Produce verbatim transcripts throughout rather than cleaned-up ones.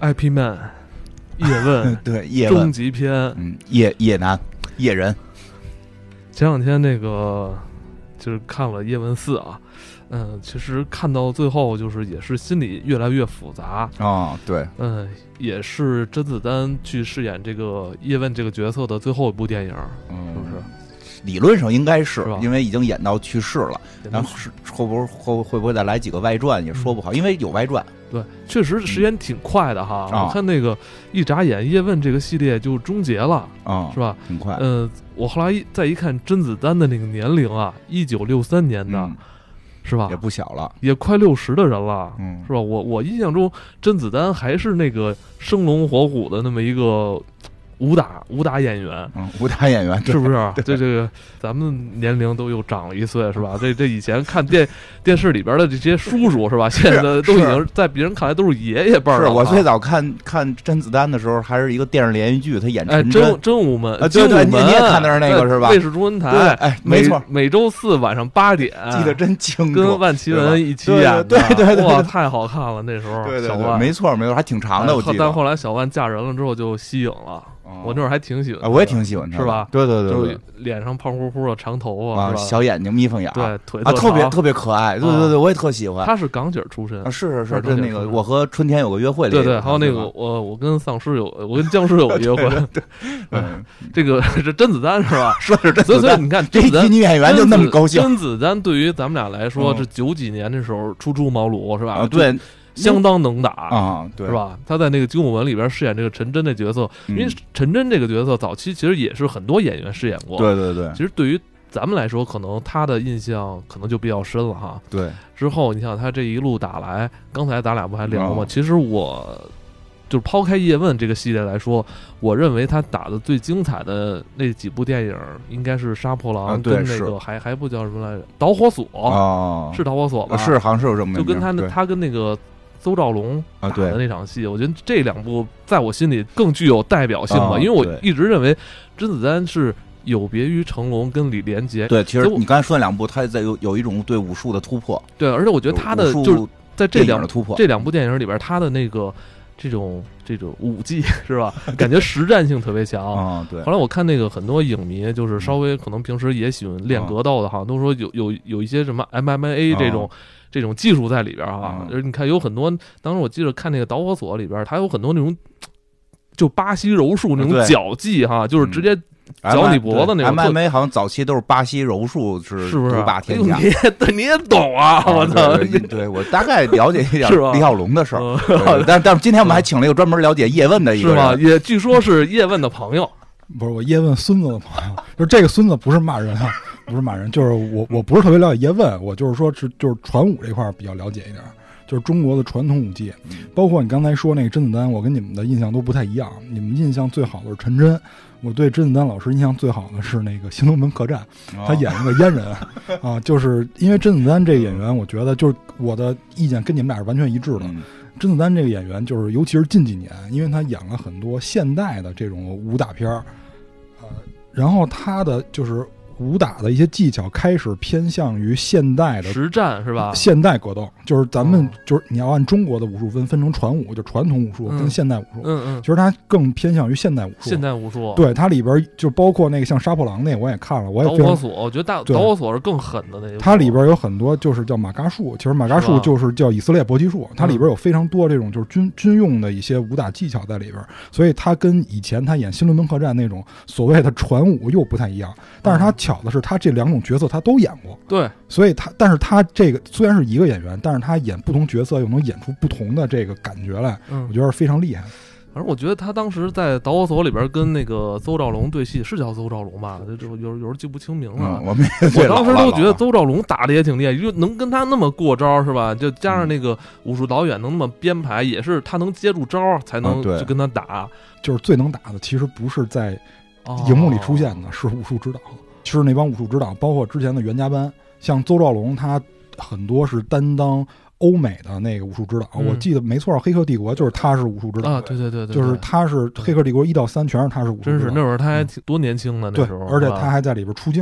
I P Man 叶问对叶问终极篇， 嗯，叶叶男叶人。 前两天那个就是看了叶问四啊，嗯，其实看到最后就是也是心里越来越复杂啊、哦，对， 嗯，也是甄子丹去饰演这个叶问这个角色的最后一部电影，嗯，是不是？ 理论上应该是， 是因为已经演到去世了，然后是会不会会会不会再来几个外传也说不好，嗯、因为有外传。 对，确实时间挺快的哈。嗯、我看那个一眨眼，叶问这个系列就终结了啊、嗯，是吧？ 挺快。 嗯、呃，我后来再一看甄子丹的那个年龄啊，一九六三年的。嗯，是吧？ 也不小了， 也快六十的人了， 嗯， 是吧？我我印象中，甄子丹还是那个生龙活虎的那么一个武打武打演员， 嗯，武打演员是不是？这这个咱们年龄都又长了一岁，是吧？这这以前看电电视里边的这些叔叔，是吧？现在都已经在别人看来都是爷爷辈儿了。 是我最早看看甄子丹的时候，还是一个电视连续剧，他演哎，真真武门啊，对对，你你也看的是那个是吧？ 卫视中文台， 对，哎，没错， 每周四晚上八点， 记得真清楚， 跟万绮雯一起演的， 对对对， 哇，太好看了那时候， 对对小万， 没错没错，还挺长的，我记得。 但后来小万嫁人了之后就息影了。我那会儿还挺喜欢、 啊，我也挺喜欢他， 是吧？ 对对对， 就是脸上胖乎乎的长头发， 啊，小眼睛眯缝眼， 对，腿啊，特别特别可爱，对对对，我也特喜欢。 他是港姐出身， 啊，是是是，就那个我和春天有个约会， 对对，还有那个我我跟丧尸有，我跟僵尸有个约会， 对， 嗯，这个是甄子丹是吧？ 说是甄子丹，所以你看， 这一批女演员就那么高兴。 甄子丹对于咱们俩来说，这九几年的时候初出茅庐是吧？ 啊，对。 相当能打啊，对， 是吧？他在那个《精武门》里边饰演这个陈真的角色， 嗯、 因为陈真这个角色早期其实也是很多演员饰演过。 对对对， 其实对于咱们来说，可能他的印象可能就比较深了哈。 对， 之后你想他这一路打来，刚才咱俩不还聊吗？ 哦、 其实我就是抛开叶问这个系列来说，我认为他打的最精彩的那几部电影，应该是《杀破狼》跟那个、啊、还还不叫什么来着，《导火索》 哦， 是导火索吧？ 是，好像是有这么就跟他他跟那个。邹兆龙打的那场戏、啊，我觉得这两部在我心里更具有代表性吧， 啊、 因为我一直认为甄子丹是有别于成龙跟李连杰。 对，其实你刚才说那两部，他在有有一种对武术的突破。 对，而且我觉得他的就是在这两的突破这两部电影里边，他的那个这种这种武技是吧，感觉实战性特别强啊。对。 后来我看那个很多影迷，就是稍微可能平时也喜欢练格斗的哈， 啊、 都说有有有一些什么 M M A 这种。啊这种技术在里边啊，就是、嗯、你看有很多，当时我记得看那个导火索里边，它有很多那种就巴西柔术那种脚技哈，就是直接绞你脖子那种。 M M A 好像早期都是巴西柔术是是不是独霸天下？ 你也你也懂啊！我操， 对, 对, 对我大概了解一点是吧李小龙的事儿，嗯、但但是今天我们还请了一个专门了解叶问的一个人， 是吧？也据说是叶问的朋友。 不是我叶问孙子的朋友，就是这个孙子不是骂人啊，不是骂人，就是我我不是特别了解叶问，我就是说是就是传武这块比较了解一点，就是中国的传统武技，包括你刚才说那个甄子丹，我跟你们的印象都不太一样，你们印象最好的是陈真，我对甄子丹老师印象最好的是那个《新龙门客栈》，他演那个阉人啊，就是因为甄子丹这个演员，我觉得就是我的意见跟你们俩是完全一致的。甄子丹这个演员，就是尤其是近几年，因为他演了很多现代的这种武打片儿，呃，然后他的就是武打的一些技巧开始偏向于现代的实战，是吧？ 现代格斗就是咱们、嗯、就是你要按中国的武术分分成传武，就传统武术跟现代武术。 嗯嗯， 其实它更偏向于现代武术。 现代武术， 对它里边就包括那个像杀破狼那，我也看了，我也导火索，我觉得大导火索是更狠的那个。 它里边有很多就是叫马嘎术，其实马嘎术就是叫以色列搏击术，它里边有非常多这种就是军、嗯、军用的一些武打技巧在里边，所以它跟以前他演《新龙门客栈》那种所谓的传武又不太一样。但是他巧的是，他这两种角色他都演过， 对， 所以他，但是他这个虽然是一个演员，但是他演不同角色又能演出不同的这个感觉来， 嗯， 我觉得是非常厉害。 反正我觉得他当时在导火索里边跟那个邹兆龙对戏，是叫邹兆龙吧？就有有时候记不清名了。 嗯、我们我当时都觉得邹兆龙打的也挺厉害，就能跟他那么过招是吧？就加上那个武术导演能那么编排，也是他能接住招才能就跟他打。 啊、就是最能打的，其实不是在荧幕里出现的，哦、是武术指导。其实那帮武术指导，包括之前的袁家班，像邹兆龙，他很多是担当欧美的那个武术指导。嗯、我记得没错，《黑客帝国》就是他是武术指导啊，对对对对， 就是他是《黑客帝国》一到三全是他是武术指导。 真是那会儿他还挺多年轻的那时候， 对，而且他还在里边出镜了。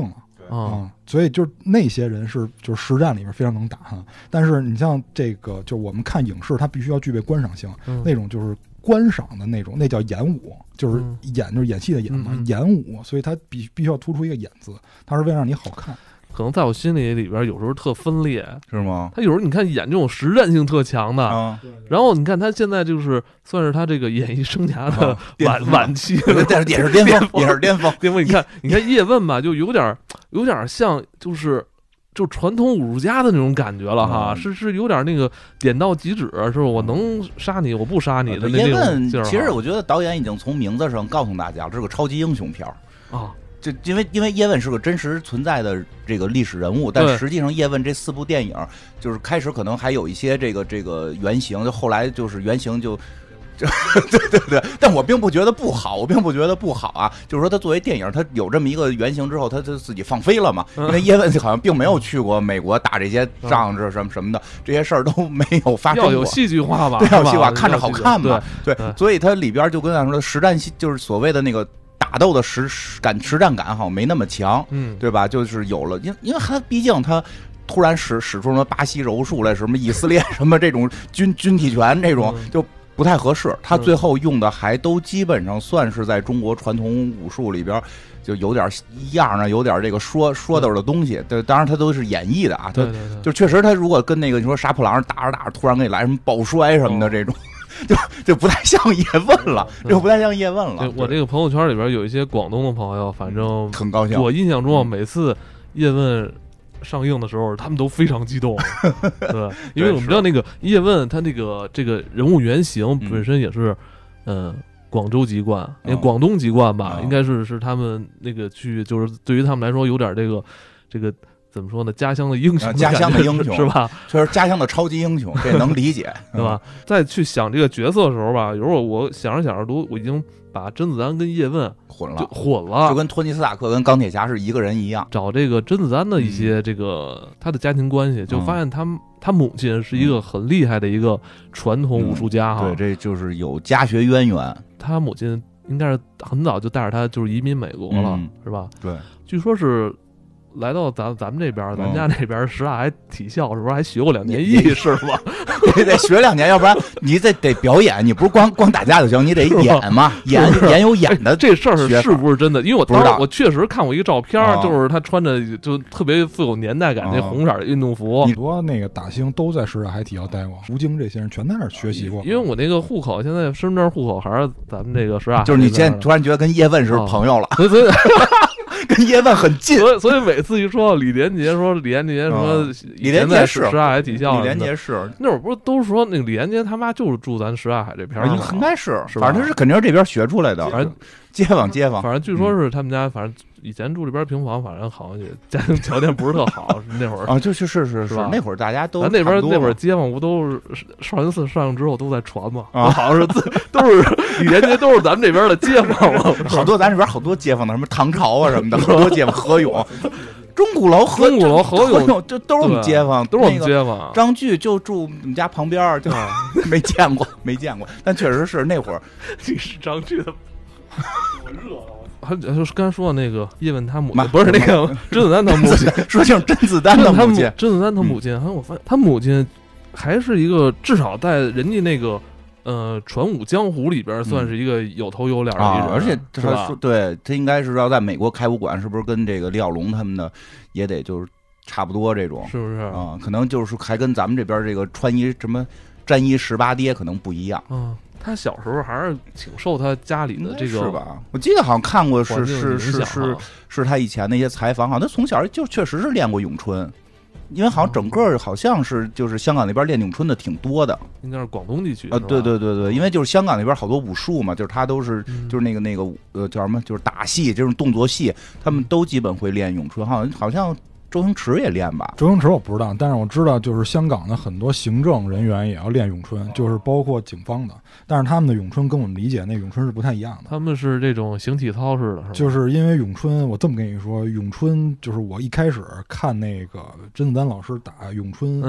嗯，所以就是那些人是就是实战里面非常能打哈。但是你像这个，就我们看影视，它必须要具备观赏性， 嗯、 那种就是观赏的那种，那叫演武，就是演就是演戏的演嘛， 嗯、 演武，所以它必必须要突出一个演字，它是为了让你好看。 可能在我心里里边有时候特分裂， 是吗？ 他有时候你看演这种实战性特强的， 啊、 然后你看他现在就是算是他这个演艺生涯的晚、啊、晚期， 但是也是巅峰，也是巅峰， 巅峰。你看，你看叶问吧，就有点有点像就是就传统武术家的那种感觉了哈，嗯、是是有点那个点到即止，是吧？我能杀你，我不杀你的那种劲儿。叶问其实我觉得导演已经从名字上告诉大家，这是个超级英雄片啊。 就因为因为叶问是个真实存在的这个历史人物，但实际上叶问这四部电影就是开始可能还有一些这个这个原型，就后来就是原型就，就对对对，但我并不觉得不好，我并不觉得不好啊，就是说他作为电影，他有这么一个原型之后，他就自己放飞了嘛。因为叶问好像并没有去过美国打这些仗，这什么什么的，这些事儿都没有发生过。 要有戏剧化吧？ 对，要有戏剧化，看着好看嘛。 对， 对，所以它里边就跟咱说的实战戏，就是所谓的那个。打斗的实感实战感好像没那么强， 嗯， 对吧？就是有了，因因为他毕竟他突然使使出什么巴西柔术来，什么以色列什么这种军军体拳这种就不太合适。他最后用的还都基本上算是在中国传统武术里边就有点一样呢，有点这个说说道的东西。对，当然他都是演绎的啊，他就确实他如果跟那个你说杀破狼打着打着突然给你来什么抱摔什么的这种。就就不太像叶问了，就不太像叶问了。 我这个朋友圈里边有一些广东的朋友，反正很高兴。 我印象中，每次叶问上映的时候，他们都非常激动，对，因为我们知道那个叶问他那个这个人物原型本身也是，嗯。广州籍贯，因为广东籍贯吧，应该是是他们那个去，就是对于他们来说有点这个这个。怎么说呢？家乡的英雄， 家乡的英雄是吧？ 就是家乡的超级英雄，这能理解， 对吧？嗯、再去想这个角色的时候吧，有时候我想着想着都，我已经把甄子丹跟叶问混了， 就混了， 就跟托尼斯塔克跟钢铁侠是一个人一样。 找这个甄子丹的一些这个、嗯、他的家庭关系，就发现他、嗯、他母亲是一个很厉害的一个传统武术家哈、 嗯。对，这就是有家学渊源。 他母亲应该是很早就带着他就是移民美国了， 嗯、 是吧？ 对， 据说是。来到咱咱们这边，咱家那边什刹海体校是不是还学过两年艺是吧？ 得得学两年，要不然你得得表演，你不是光光打架就行，你得演嘛，演演有演的。 这事儿是不是真的？因为我不知道， 我确实看过一个照片，就是他穿着就特别富有年代感那红色的运动服。 很多那个打星都在什刹海体校待过，吴京这些人全在那儿学习过。 因为我那个户口现在身份证户口还是咱们这个什刹海， 就是你现在突然觉得跟叶问是朋友了， 所以所以。 跟叶问很近， 所以所以每次一说李连杰，说李连杰说李连杰是什刹海体校， 李连杰是那会儿不是都说那个李连杰他妈就是住咱什刹海这片儿， 应该是，反正他是肯定是这边学出来的， 反正街坊街坊， 反正据说是他们家，反正以前住这边平房，反正好像也家庭条件不是特好，那会儿啊，就是是是是吧？ 那会儿大家都咱那边那会儿街坊不都是少林寺上映之后都在传嘛？ 啊， 好像是都是李连杰都是咱们这边的街坊嘛， 好多咱这边好多街坊的，什么唐朝啊什么的，好多街坊何勇。钟鼓楼、何钟鼓楼、何勇， 这都是我们街坊， 都是我们街坊。 张炬就住我们家旁边，就没见过，没见过。但确实是那会儿， 这是张炬的，我热了。他就是刚才说的那个叶问他母亲，不是那个甄子丹他母亲， 说清甄子丹的母亲， 甄子丹他母亲。好像我发现他母亲还是一个，至少在人家那个。呃，传武江湖里边算是一个有头有脸的一人， 嗯啊、而且他说，对他应该是要在美国开武馆，是不是跟这个李小龙他们的也得就是差不多这种， 是不是啊？可能就是还跟咱们这边这个穿衣什么战衣十八跌可能不一样。 嗯，他小时候还是挺受他家里的这个是吧？我记得好像看过是是是是是他以前那些采访，好像他从小就确实是练过咏春。因为好像整个好像是就是香港那边练咏春的挺多的， 应该是广东地区啊，对对对对，因为就是香港那边好多武术嘛，就是他都是、 嗯、 就是那个那个呃叫什么，就是打戏这种动作戏，他们都基本会练咏春，好像好像周星驰也练吧？ 周星驰我不知道，但是我知道就是香港的很多行政人员也要练咏春，就是包括警方的，但是他们的咏春跟我们理解那咏春是不太一样的。 他们是这种形体操式的，是吧？ 就是因为咏春，我这么跟你说，咏春就是我一开始看那个甄子丹老师打咏春， 嗯，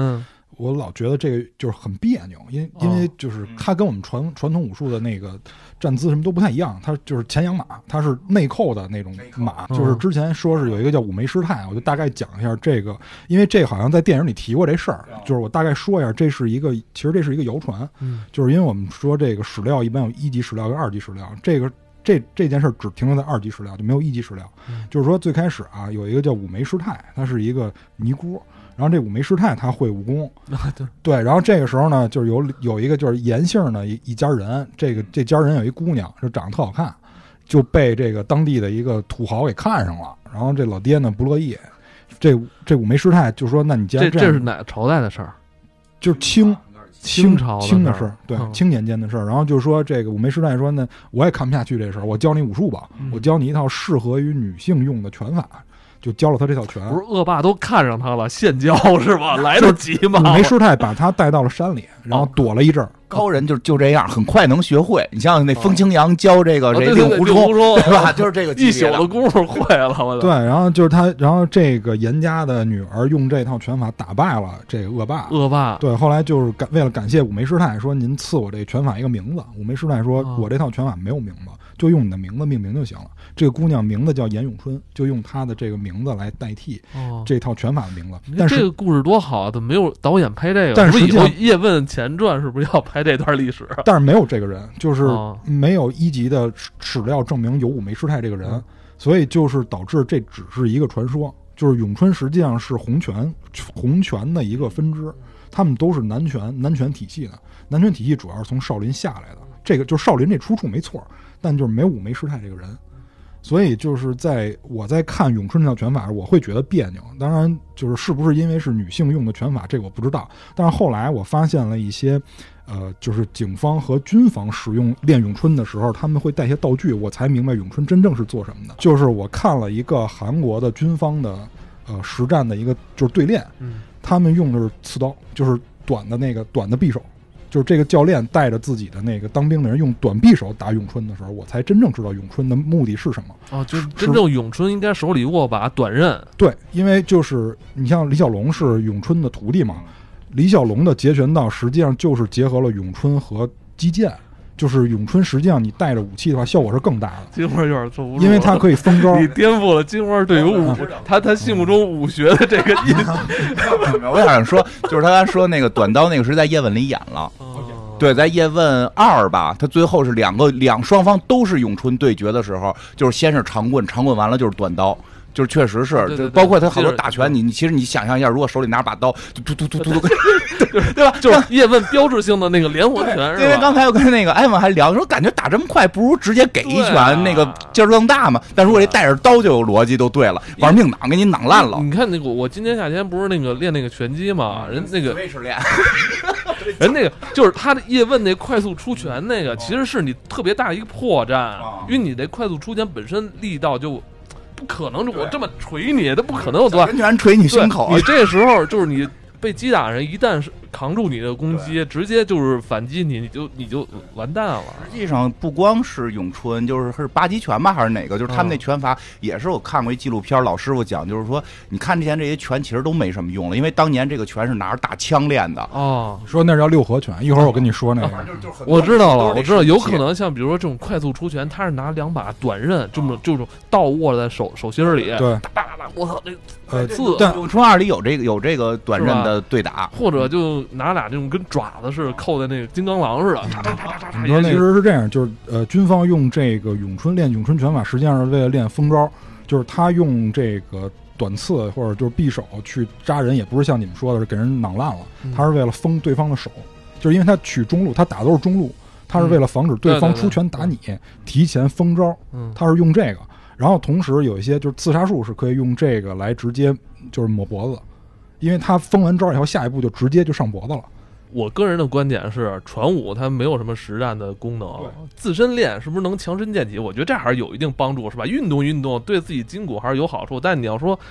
我老觉得这个就是很别扭，因因为就是它跟我们传传统武术的那个站姿什么都不太一样，它就是前仰马，它是内扣的那种马，就是之前说是有一个叫五枚师太，我就大概讲一下这个，因为这个好像在电影里提过这事儿，就是我大概说一下，这是一个其实这是一个谣传，就是因为我们说这个史料一般有一级史料跟二级史料，这个。这这件事只停留在二级史料，就没有一级史料。嗯、就是说，最开始啊，有一个叫五枚师太，她是一个尼姑。然后这五枚师太她会武功，对对。然后这个时候呢，就是有有一个就是严姓的一一家人，这个这家人有一姑娘，就长得特好看，就被这个当地的一个土豪给看上了。然后这老爹呢不乐意，这这五枚师太就说：“那你既然这这是哪个朝代的事儿？ 就是清。” 清朝清的事儿，对，清年间的事儿。然后就说这个五枚师太说呢，我也看不下去这事儿，我教你武术吧， 嗯、 我教你一套适合于女性用的拳法，就教了他这套拳。 不是恶霸都看上他了，现教是吧？来得及吗？ 五枚师太把他带到了山里，然后躲了一阵儿。 高人就就这样，很快能学会。你像那风清扬教这个这令狐冲，对吧？就是这个一宿的功夫会了，我对。然后就是他，然后这个严家的女儿用这套拳法打败了这个恶霸。 恶霸对，后来就是感为了感谢五枚师太，说您赐我这拳法一个名字。五枚师太说，我这套拳法没有名字，就用你的名字命名就行了。这个姑娘名字叫严咏春，就用她的这个名字来代替这套拳法的名字。但是这个故事多好啊！怎么没有导演拍这个？ 但是以后《叶问前传》是不是要拍这段历史？ 但是没有这个人，就是没有一级的史料证明有五枚师太这个人， 嗯、 所以就是导致这只是一个传说。就是咏春实际上是洪拳洪拳的一个分支，他们都是南拳南拳体系的。南拳体系主要是从少林下来的，这个就是少林这出处没错，但就是没有五枚师太这个人。所以就是在我在看咏春这套拳法，我会觉得别扭。当然，就是是不是因为是女性用的拳法，这个我不知道。但是后来我发现了一些，呃，就是警方和军方使用练咏春的时候，他们会带些道具，我才明白咏春真正是做什么的。就是我看了一个韩国的军方的，呃，实战的一个就是对练， 嗯， 他们用的是刺刀，就是短的那个短的匕首。就是这个教练带着自己的那个当兵的人用短匕首打咏春的时候，我才真正知道咏春的目的是什么。 哦，就是真正咏春应该手里握把短刃。 对，因为就是你像李小龙是咏春的徒弟嘛，李小龙的截拳道实际上就是结合了咏春和击剑。就是咏春实际上你带着武器的话效果是更大的。 金花有点坐不住， 因为它可以封招。 你颠覆了金花对于武他他心目中武学的这个印象。 我想说，就是他刚才说那个短刀那个是在叶问里演了。对，在叶问二吧，他最后是两个两双方都是咏春对决的时候，就是先是长棍，长棍完了就是短刀。就是确实是， 对对对， 包括他好多打拳，你你其实你想象一下，如果手里拿把刀，就突突突突突，对吧？ 就是叶问标志性的那个连环拳，是吧？ 因为刚才我跟那个艾文还聊，说感觉打这么快，不如直接给一拳， 啊、 那个劲儿更大嘛。但如果这带着刀就有逻辑，都对了，玩命挡给你挡烂了。 你看那个，我今年夏天不是那个练那个拳击嘛，人那个是练， 人那个就是他的叶问那快速出拳那个，其实是你特别大的一个破绽，因为你这快速出拳本身力道就。不可能，我这么捶你，他不可能有多完全捶你胸口。 你这时候就是你被击打人，一旦是扛住你的攻击，直接就是反击你，你就你就完蛋了。 实际上不光是咏春，就是是八极拳吧，还是哪个？就是他们那拳法也是我看过一纪录片，老师傅讲，就是说你看之前这些拳其实都没什么用了，因为当年这个拳是拿着大枪练的。 哦， 说那叫六合拳，一会儿我跟你说那个。 我知道了，我知道，有可能像比如说这种快速出拳，他是拿两把短刃，这么这种倒握在手手心里， 对， 哒哒哒，我操，这呃， 刺。 但咏春二里有这个有这个短刃的对打， 或者就拿俩这种跟爪子似的扣在那个金刚狼似的，嚓嚓嚓嚓嚓。 你说其实是这样，就是呃，军方用这个咏春练咏春拳法，实际上是为了练封招，就是他用这个短刺或者就是匕首去扎人，也不是像你们说的是给人攮烂了，他是为了封对方的手，就是因为他取中路，他打都是中路，他是为了防止对方出拳打你， 嗯、 提前封招，他是用这个。然后同时有一些就是刺杀术是可以用这个来直接就是抹脖子，因为他封完招以后，下一步就直接就上脖子了。 我个人的观点是，传武它没有什么实战的功能，自身练是不是能强身健体？我觉得这还是有一定帮助，是吧？运动运动对自己筋骨还是有好处。但你要说，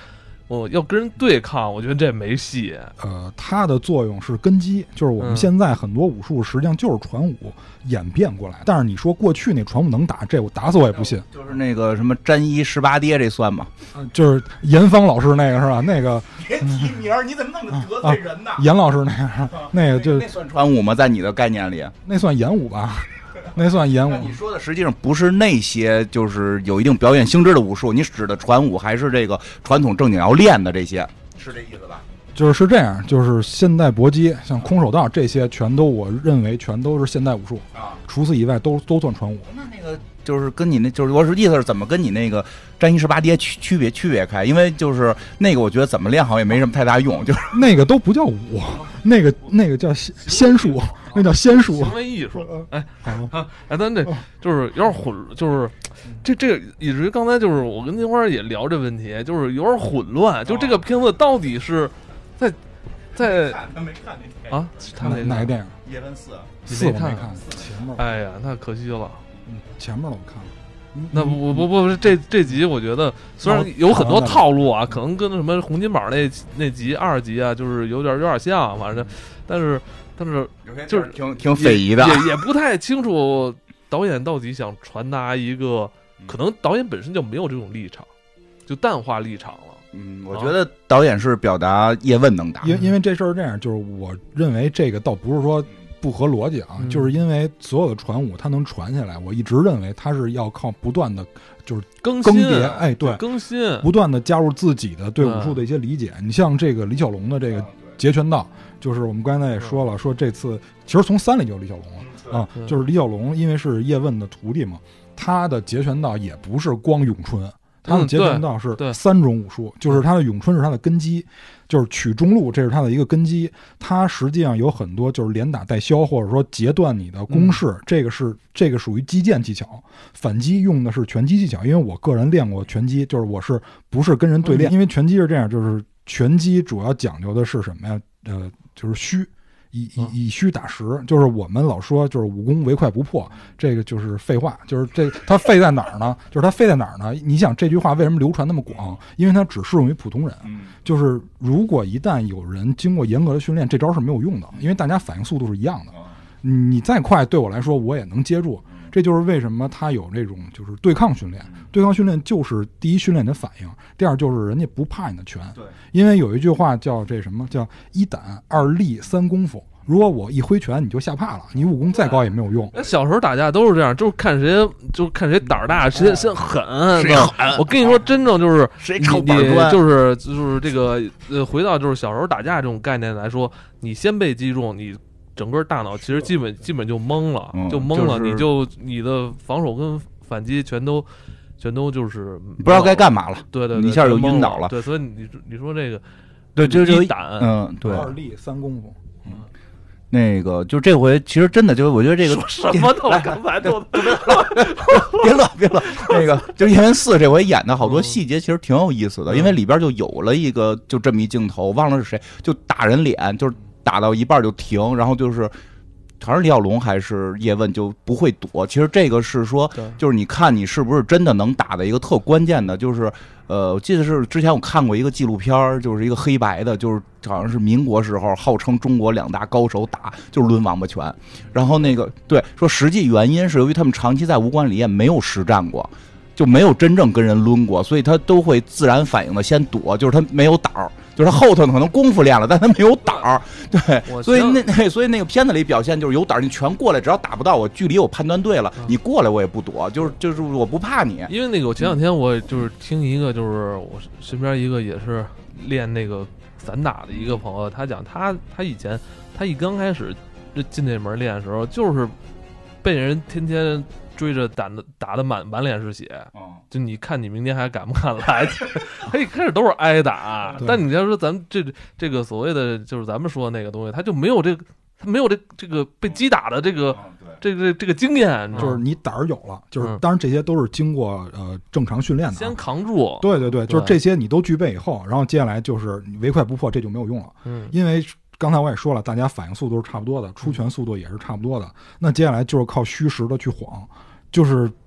我要跟人对抗，我觉得这没戏。 呃，它的作用是根基，就是我们现在很多武术实际上就是传武演变过来。但是你说过去那传武能打，这我打死我也不信。 就是那个什么沾衣十八跌，这算吗？ 呃、就是严芳老师那个是吧？那个别提名儿，你怎么那么得罪人呢？ 啊啊、严老师那个，那个就那算传武吗？在你的概念里， 那算演武吧？那算演武。 你说的实际上不是那些就是有一定表演性质的武术，你指的传武还是这个传统正经要练的这些，是这意思吧？ 就是是这样，就是现代搏击，像空手道这些，全都我认为全都是现代武术啊。除此以外，都都算传武。 那那个就是跟你那，就是我是意思是怎么跟你那个沾衣十八跌区区别区别开？因为就是那个，我觉得怎么练好也没什么太大用，就是那个都不叫武，那个那个叫仙术。那叫仙术， 行为艺术。哎，啊，哎，咱这就是有点混，就是这这个以至于刚才就是我跟金花也聊这问题，就是有点混乱。就这个片子到底是在在他没看那片啊？他哪个电影？ 叶问四， 四我没看，前面。 哎呀，那可惜了。 嗯，前面的我看了。 那不不不不，这这集我觉得虽然有很多套路啊，可能跟什么洪金宝那那集二集啊，就是有点有点像，反正，但是。但是就是挺挺匪夷的， 也也不太清楚导演到底想传达一个，可能导演本身就没有这种立场，就淡化立场了。 嗯，我觉得导演是表达叶问能打， 因因为这事儿这样，就是我认为这个倒不是说不合逻辑啊， 嗯、 就是因为所有的传武它能传下来，我一直认为它是要靠不断的就是更更迭，哎，对， 更新， 不断的加入自己的对武术的一些理解。你像这个李小龙的这个截拳道。就是我们刚才也说了，说这次其实从三里就有李小龙了啊，就是李小龙因为是叶问的徒弟嘛，他的截拳道也不是光咏春，他的截拳道是三种武术，就是他的咏春是他的根基，就是取中路这是他的一个根基，他实际上有很多就是连打带削或者说截断你的攻势，这个是这个属于击剑技巧，反击用的是拳击技巧，因为我个人练过拳击，就是我是不是跟人对练，因为拳击是这样，就是拳击主要讲究的是什么呀？呃。就是虚，以以以虚打实，就是我们老说就是武功唯快不破，这个就是废话，就是这它废在哪儿呢？就是它废在哪儿呢？你想这句话为什么流传那么广？因为它只适用于普通人，就是如果一旦有人经过严格的训练，这招是没有用的，因为大家反应速度是一样的，你再快对我来说我也能接住。这就是为什么他有这种就是对抗训练，对抗训练就是第一训练你的反应，第二就是人家不怕你的拳， 对， 因为有一句话叫这什么叫一胆二力三功夫，如果我一挥拳你就吓怕了，你武功再高也没有用。 小时候打架都是这样，就是看谁就是看谁胆儿大，谁先狠， 谁狠。 我跟你说，真正就是谁抽板砖， 就是就是这个呃，回到就是小时候打架这种概念来说，你先被击中，你。整个大脑其实基本基本就懵了， 嗯、 就懵了， 就是、 你就你的防守跟反击全都全都就是不知道该干嘛了。 对对对， 你一下就晕倒了。 对，所以你你说这个， 对，就就一胆， 嗯，对， 二力三功夫， 嗯，那个就这回其实真的就我觉得这个什么都刚才都别乐别乐，那个就叶问四这回演的好多细节其实挺有意思的， 嗯、 因为里边就有了一个就这么一镜头，忘了是谁，就打人脸，就是。打到一半就停，然后就是好像李小龙还是叶问就不会躲。其实这个是说，就是你看你是不是真的能打的一个特关键的，就是呃，我记得是之前我看过一个纪录片，就是一个黑白的，就是好像是民国时候号称中国两大高手打就是抡王八拳，然后那个对说实际原因是由于他们长期在武馆里也没有实战过。就没有真正跟人抡过，所以他都会自然反应的先躲，就是他没有胆儿，就是他后头可能功夫练了，但他没有胆儿，对，所以那那所以那个片子里表现就是有胆儿，你全过来，只要打不到我，距离我判断对了，你过来我也不躲，就是就是我不怕你。 因为那个我前两天我就是听一个，就是我身边一个也是练那个散打的一个朋友，他讲他他以前他一刚开始进这门练的时候，就是被人天天。追着打的打的满满脸是血，就你看你明天还敢不敢来？他一开始都是挨打，但你要说咱们这这个所谓的就是咱们说的那个东西，他就没有这个，他没有这这个被击打的这个这个这个经验， 就是你胆儿有了，就是当然这些都是经过呃正常训练的， 先扛住。 对对对，就是这些你都具备以后，然后接下来就是唯快不破，这就没有用了， 嗯， 因为。刚才我也说了，大家反应速度是差不多的，出拳速度也是差不多的。那接下来就是靠虚实的去晃，就是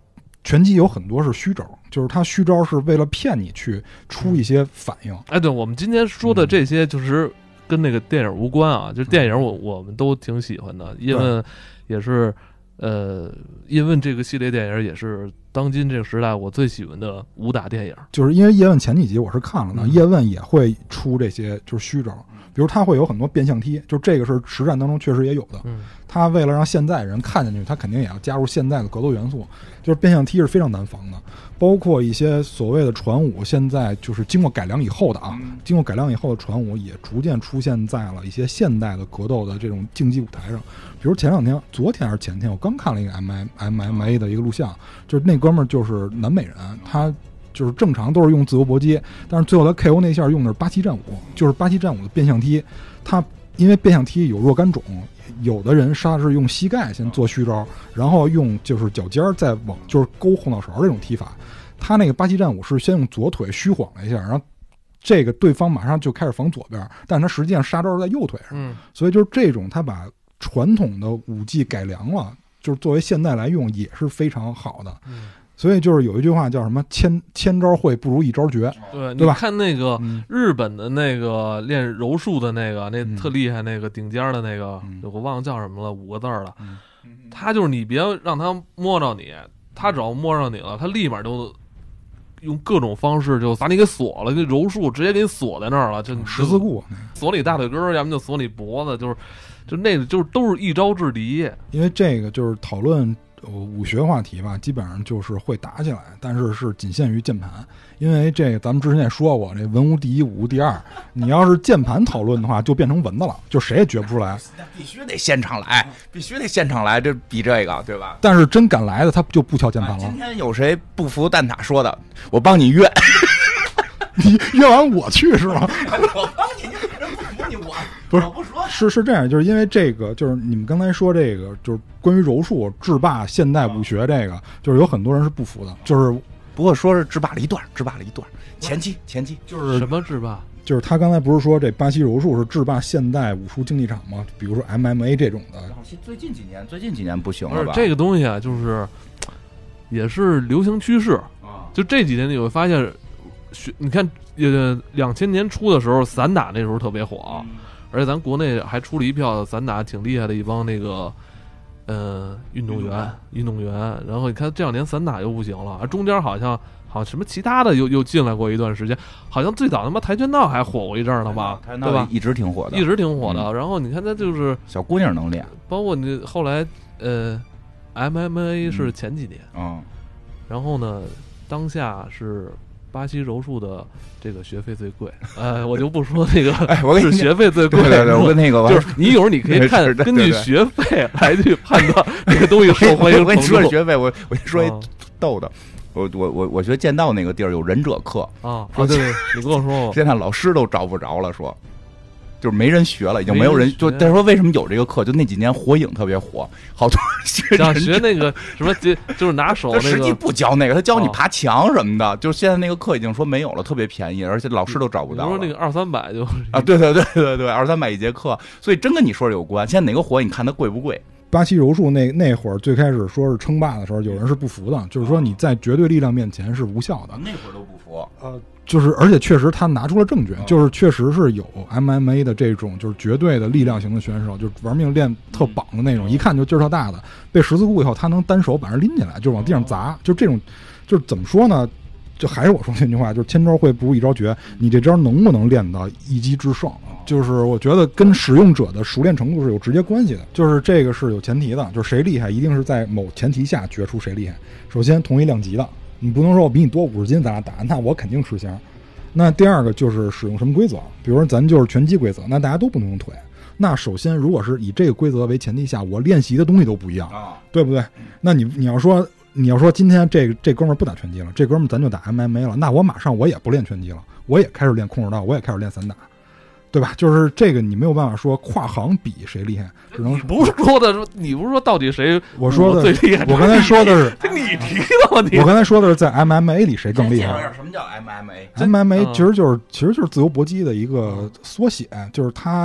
拳击有很多是虚招，就是他虚招是为了骗你去出一些反应。 哎，对，我们今天说的这些就是跟那个电影无关啊，就是电影我我们都挺喜欢的，叶问也是，呃，叶问这个系列电影也是当今这个时代我最喜欢的武打电影。 就是因为叶问前几集我是看了的，嗯、叶问也会出这些就是虚招，比如他会有很多变相踢，就这个是实战当中确实也有的。嗯，他为了让现在人看进去，他肯定也要加入现在的格斗元素，就是变相踢是非常难防的。包括一些所谓的传武，现在就是经过改良以后的啊，经过改良以后的传武也逐渐出现在了一些现代的格斗的这种竞技舞台上。比如前两天，昨天还是前天，我刚看了一个 M M M A 的一个录像，就是那哥们儿就是南美人，他就是正常都是用自由搏击，但是最后他 K O 那下用的是八七战五，就是八七战五的变相踢。他因为变相踢有若干种，有的人他是用膝盖先做虚招，然后用就是脚尖再往就是勾后脑勺这种踢法。他那个八七战五是先用左腿虚晃了一下，然后这个对方马上就开始防左边，但他实际上杀招是在右腿上。嗯，所以就是这种他把传统的武技改良了，就是作为现代来用也是非常好的。嗯，所以就是有一句话叫什么千千招会不如一招绝， 对对吧？ 你看那个日本的那个练柔术的那个，那特厉害那个顶尖的那个， 嗯、 我忘了叫什么了，五个字了。 嗯、 他就是你别让他摸着你，他只要摸着你了，他立马就用各种方式就把你给锁了，那柔术直接给你锁在那儿了，就十字固， 锁你大腿根儿，要么就锁你脖子，就是就那个就是都是一招制敌。 因为这个就是讨论武学话题吧，基本上就是会打起来，但是是仅限于键盘。因为这个咱们之前也说过，这文无第一，武无第二。你要是键盘讨论的话，就变成文的了，就谁也觉不出来。 必须得现场来，必须得现场来，这比这个对吧？ 但是真敢来的，他就不敲键盘了。 今天有谁不服蛋挞说的？我帮你约， 你约完我去是吗？ 我帮你，你人不服你我不是我不说。 是是这样，就是因为这个，就是你们刚才说这个，就是关于柔术制霸现代武学这个，就是有很多人是不服的，就是不过说是制霸了一段，制霸了一段。前期前期就是什么制霸？ 就是他刚才不是说这巴西柔术是制霸现代武术竞技场吗？比如说 M M A 这种的。 最近几年，最近几年不行了吧？ 这个东西啊，就是也是流行趋势啊。就这几年你会发现，你看，呃，两千年初的时候，散打那时候特别火，嗯、而且咱国内还出了一票散打挺厉害的一帮那个呃运动员，运动员。然后你看这两年散打又不行了，中间好像。好什么其他的又又进来过一段时间，好像最早他妈跆拳道还火过一阵儿呢吧，对吧？ 一直挺火的， 一直挺火的。嗯、然后你看他就是小姑娘能练， 包括你后来呃 M M A 是前几年， 嗯， 然后呢，当下是巴西柔术的这个学费最贵，哎，我就不说那个， 哎，我是学费最贵， 对对对，我跟那个就是你一会儿你可以看根据学费来去判断这个东西受欢迎程度。 我跟你说学费，我我说一逗的。我我我我学剑道那个地儿有忍者课啊，对对，你跟我说， 现在老师都找不着了，说就是没人学了，已经没有人。就他说为什么有这个课？就那几年火影特别火，好多人学想学那个什么，就是拿手那个。 实际不教那个，他教你爬墙什么的。啊、就是现在那个课已经说没有了，特别便宜，而且老师都找不到了。 你说那个二三百就啊，对对对对对，二三百一节课，所以真跟你说有关。现在哪个火，你看它贵不贵？ 巴西柔术那那会儿最开始说是称霸的时候，有人是不服的，就是说你在绝对力量面前是无效的。 那会儿都不服， 呃，就是而且确实他拿出了证据，就是确实是有 M M A 的这种就是绝对的力量型的选手，就是玩命练特绑的那种，一看就劲儿特大的，被十字固以后，他能单手把人拎起来，就往地上砸，就这种，就是怎么说呢？就还是我说那句话，就是千招会不如一招绝，你这招能不能练到一击制胜？就是我觉得跟使用者的熟练程度是有直接关系的，就是这个是有前提的，就是谁厉害一定是在某前提下决出谁厉害。首先同一量级的，你不能说我比你多五十斤咱俩打，那我肯定吃香。那第二个就是使用什么规则，比如说咱就是拳击规则，那大家都不能用腿。那首先如果是以这个规则为前提下，我练习的东西都不一样，对不对？那你你要说你要说今天这这哥们儿不打拳击了，这哥们儿咱就打 M M A 了，那我马上我也不练拳击了，我也开始练空手道，我也开始练散打。对吧？就是这个，你没有办法说跨行比谁厉害，只能不是说的，你不是说到底谁？ 我说的最厉害。 我刚才说的是你提的问题。 我刚才说的是在 M M A 里谁更厉害？ 什么叫 M M A？ M M A 其实就是其实就是自由搏击的一个缩写，就是它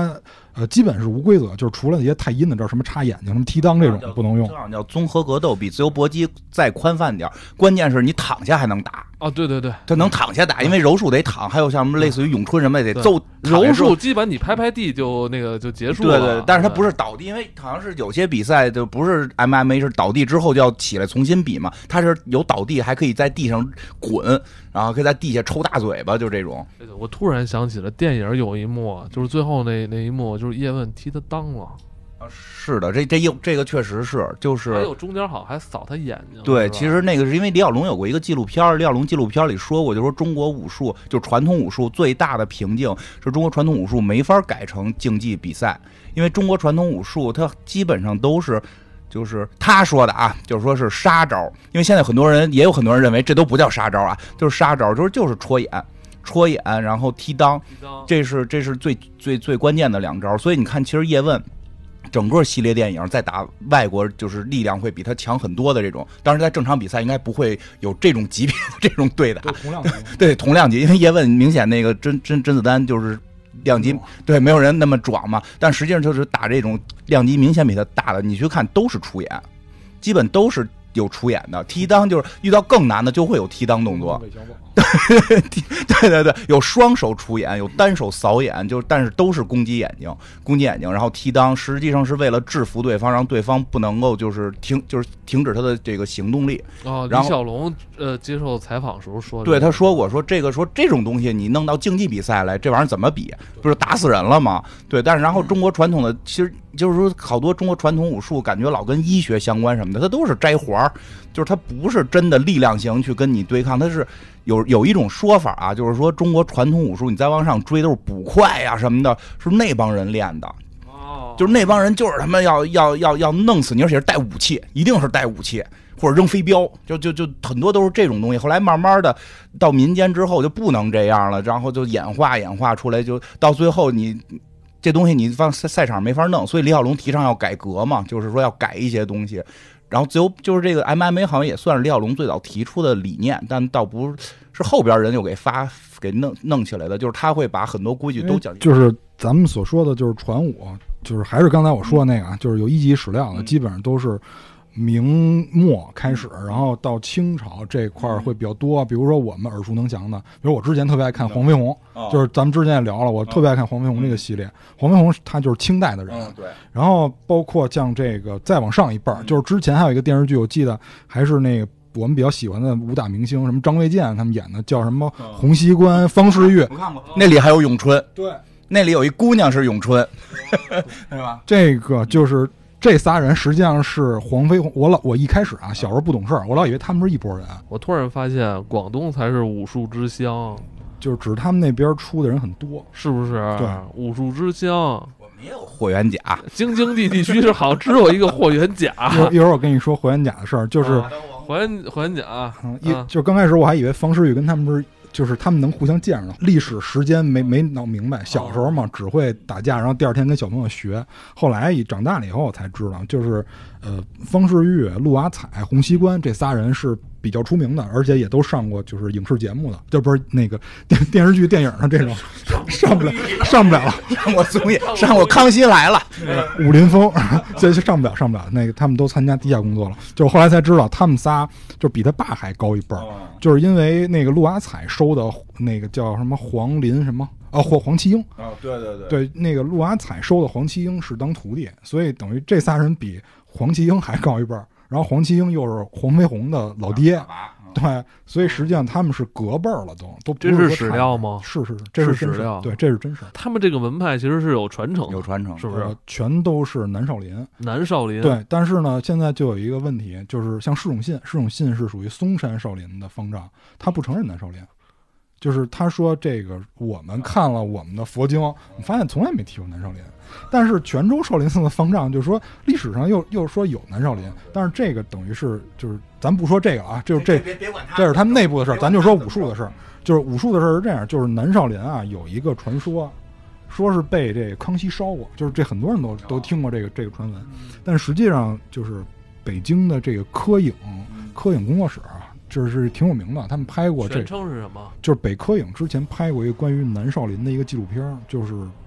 呃，基本是无规则，就是除了那些太阴的，这什么插眼睛、什么踢裆这种不能用。 这样叫综合格斗，比自由搏击再宽泛点。关键是你躺下还能打。 哦，对对对， 他能躺下打，因为柔术得躺，还有像什么类似于咏春什么的得揍。 柔术基本你拍拍地就那个就结束了。 对对，但是他不是倒地，因为好像是有些比赛就不是 M M A 是倒地之后就要起来重新比嘛，他是有倒地还可以在地上滚，然后可以在地下抽大嘴巴，就这种。 我突然想起了电影有一幕，就是最后那那一幕，就是叶问踢他裆了。 啊，是的，这这这个确实是，就是还有中间好像还扫他眼睛。 对，其实那个是因为李小龙有过一个纪录片，李小龙纪录片里说过，就说中国武术就传统武术最大的瓶颈是中国传统武术没法改成竞技比赛，因为中国传统武术它基本上都是。就是他说的啊，就是说是杀招，因为现在很多人也有很多人认为这都不叫杀招啊，就是杀招，就是就是戳眼。戳眼，然后踢裆，这是这是最最最关键的两招。所以你看，其实叶问整个系列电影在打外国，就是力量会比他强很多的这种。当然，在正常比赛应该不会有这种级别的这种对打， 对同量级， 对同量级，因为叶问明显那个甄甄甄子丹就是量级，对没有人那么壮嘛。但实际上就是打这种量级明显比他大的，你去看都是出眼，基本都是有出眼的。踢裆就是遇到更难的就会有踢裆动作。对对对，有双手出眼，有单手扫眼，就但是都是攻击眼睛，攻击眼睛，然后踢裆，实际上是为了制服对方，让对方不能够就是停，就是停止他的这个行动力。 哦，李小龙呃接受采访时候说， 对他说过，说这个说这种东西你弄到竞技比赛来，这玩意儿怎么比？不是打死人了吗？对，但是然后中国传统的，其实就是说好多中国传统武术感觉老跟医学相关什么的，它都是摘环儿，就是它不是真的力量型去跟你对抗，它是。有有一种说法啊，就是说中国传统武术，你再往上追都是捕快呀、啊、什么的，是那帮人练的。哦，就是那帮人就是他们要要要要弄死你，而且是带武器，一定是带武器或者扔飞镖，就就就很多都是这种东西。后来慢慢的到民间之后就不能这样了，然后就演化演化出来，就到最后你这东西你放赛场上没法弄，所以李小龙提倡要改革嘛，就是说要改一些东西。然后自由就是这个 M M A 好像也算是李小龙最早提出的理念，但倒不是后边人又给发给弄弄起来的，就是他会把很多规矩都讲。 就是咱们所说的就是传武，就是还是刚才我说的那个啊，就是有一级史料的，基本上都是明末开始，然后到清朝这块会比较多。比如说我们耳熟能详的，比如我之前特别爱看黄飞鸿，就是咱们之前也聊了，我特别爱看黄飞鸿这个系列。黄飞鸿他就是清代的人， 对。 然后包括像这个再往上一辈儿，就是之前还有一个电视剧，我记得还是那个我们比较喜欢的武打明星，什么张卫健他们演的，叫什么洪熙官、方世玉， 我看过，那里还有咏春， 对， 那里有一姑娘是咏春，对吧？ 这个就是。这仨人实际上是黄飞鸿，我老我一开始啊，小时候不懂事儿，我老以为他们是一拨人。 我突然发现广东才是武术之乡， 就是指他们那边出的人很多， 是不是？ 对， 武术之乡。 我们也有霍元甲， 京津冀地区是好像只有一个霍元甲。 一会儿我跟你说霍元甲的事儿，就是、 啊、霍元霍元甲， 嗯，一、啊、就刚开始我还以为方世玉跟他们是。就是他们能互相见着的，历史时间没没弄明白。小时候嘛，只会打架，然后第二天跟小朋友学。后来长大了以后，我才知道，就是呃，方世玉、陆阿彩、洪熙官这仨人是比较出名的，而且也都上过就是影视节目的，就不是那个电电视剧、电影的这种，上不了，上不了了。 上过综艺，上过《康熙来了》， 武林风，这就上不了，上不了。那个他们都参加地下工作了，就是后来才知道，他们仨就比他爸还高一辈儿，就是因为那个陆阿彩收的那个叫什么黄林什么啊，黄黄七英啊，对对对， 对，那个陆阿彩收的黄七英是当徒弟，所以等于这仨人比黄七英还高一辈儿。然后黄七英又是黄飞鸿的老爹， 啊对，所以实际上他们是隔辈儿了都，都不这是史料吗？ 是是是，这是史料， 对，这是真实。 他们这个门派其实是有传承， 有传承， 是不是？ 呃、全都是南少林， 南少林。 对，但是呢，现在就有一个问题，就是像释永信，释永信是属于嵩山少林的方丈，他不承认南少林。就是他说这个，我们看了我们的佛经，我发现从来没提过南少林。但是泉州少林寺的方丈就说历史上又又说有南少林，但是这个等于是就是咱不说这个啊，就是这这是他们内部的事儿，咱就说武术的事儿。就是武术的事儿是这样，就是南少林啊有一个传说，说是被这康熙烧过，就是这很多人都都听过这个这个传闻，但实际上就是北京的这个科影科影工作室啊。就是挺有名的，他们拍过这， 全称是什么？ 就是北科影之前拍过一个关于南少林的一个纪录片，就是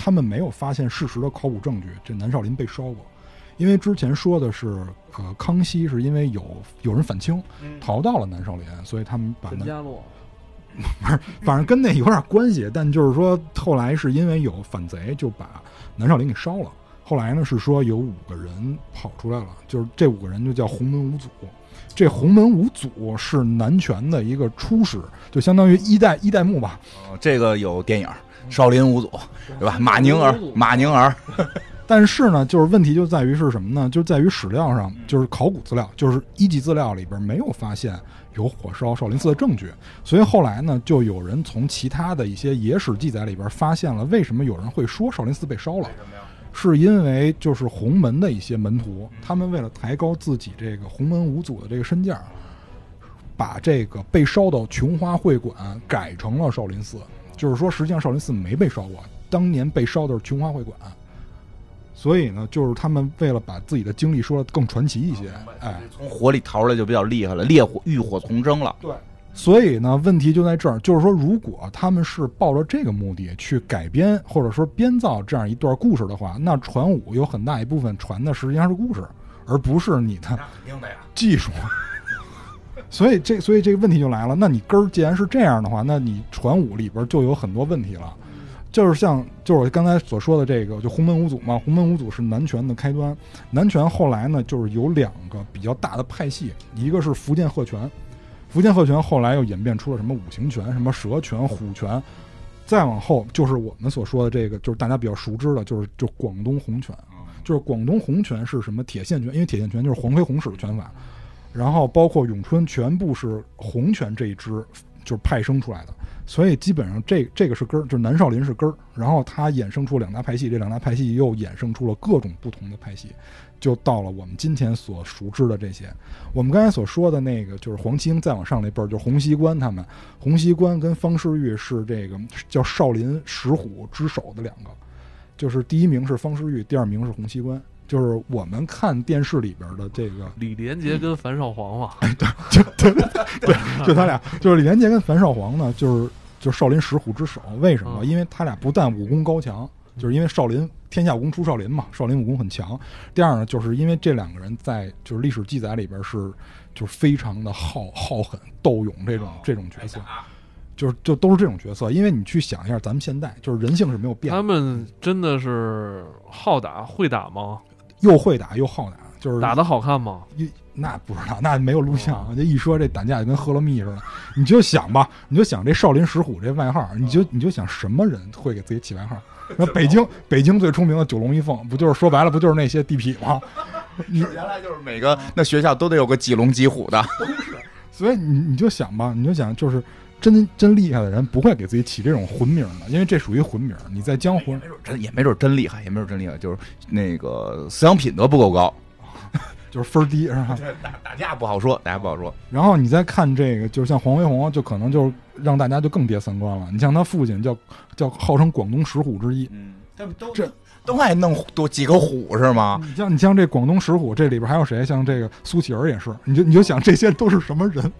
他们没有发现事实的考古证据，这南少林被烧过。因为之前说的是，呃，康熙是因为有有人反清，逃到了南少林，所以他们把南陈家洛， 不是，反正跟那有点关系。但就是说，后来是因为有反贼，就把南少林给烧了。后来呢，是说有五个人跑出来了，就是这五个人就叫洪门五祖。这洪门五祖是南拳的一个初始，就相当于一代一代目吧。 哦，这个有电影《少林五祖》，对吧？马宁儿，马宁儿。 但是呢，就是问题就在于是什么呢？就在于史料上，就是考古资料，就是一级资料里边没有发现有火烧少林寺的证据，所以后来呢，就有人从其他的一些野史记载里边发现了为什么有人会说少林寺被烧了。是因为就是洪门的一些门徒，他们为了抬高自己这个洪门五祖的这个身价，把这个被烧的琼花会馆改成了少林寺。就是说，实际上少林寺没被烧过，当年被烧的是琼花会馆。所以呢，就是他们为了把自己的经历说的更传奇一些，哎， 从火里逃出来就比较厉害了，烈火浴火重生了。 对。所以呢，问题就在这儿，就是说，如果他们是抱着这个目的去改编或者说编造这样一段故事的话，那传武有很大一部分传的实际上是故事，而不是你的技术。所以这所以这个问题就来了，那你根儿既然是这样的话，那你传武里边就有很多问题了。就是像就是我刚才所说的这个，就洪门五祖嘛，洪门五祖是南拳的开端。南拳后来呢，就是有两个比较大的派系，一个是福建鹤拳。福建鹤拳后来又演变出了什么五行拳、什么蛇拳、虎拳，再往后就是我们所说的这个，就是大家比较熟知的，就是就广东洪拳。就是广东洪拳是什么铁线拳，因为铁线拳就是黄飞鸿使的拳法，然后包括咏春全部是洪拳这一支就是派生出来的，所以基本上这这个是根儿，就是南少林是根儿，然后它衍生出两大派系，这两大派系又衍生出了各种不同的派系。就到了我们今天所熟知的这些，我们刚才所说的那个就是黄七英再往上那辈儿，就是洪熙官他们，洪熙官跟方世玉是这个叫少林石虎之首的两个，就是第一名是方世玉，第二名是洪熙官。就是我们看电视里边的这个李连杰跟樊少皇嘛， 哎，对，就对对，就他俩，就是李连杰跟樊少皇呢，就是就是少林石虎之首。为什么？ 嗯、 因为他俩不但武功高强。就是因为少林天下武功出少林嘛，少林武功很强。第二呢，就是因为这两个人在就是历史记载里边是就是非常的好好狠斗勇这种这种角色，就是就都是这种角色。因为你去想一下，咱们现在就是人性是没有变的， 他们真的是好打会打吗？ 又会打又好打，就是打得好看吗？ 那不知道，那没有录像。这一说这打架就跟喝了蜜似的，你就想吧，你就想这少林石虎这外号，你就你就想什么人会给自己起外号？那北京北京最出名的九龙一凤，不就是说白了，不就是那些地痞吗？ 你原来就是每个那学校都得有个几龙几虎的， 所以你你就想吧，你就想就是真真厉害的人不会给自己起这种混名的，因为这属于混名。你在江湖真也没准真厉害，也没准真厉害，就是那个思想品德不够高。 就是分低是吧？ 打打架不好说，打架不好说。 然后你再看这个，就像黄飞鸿，就可能就让大家就更跌三观了。你像他父亲叫叫号称广东石虎之一， 嗯，他们都这都爱弄多几个虎是吗？ 你像你像这广东石虎，这里边还有谁？像这个苏乞儿也是，你就你就想这些都是什么人？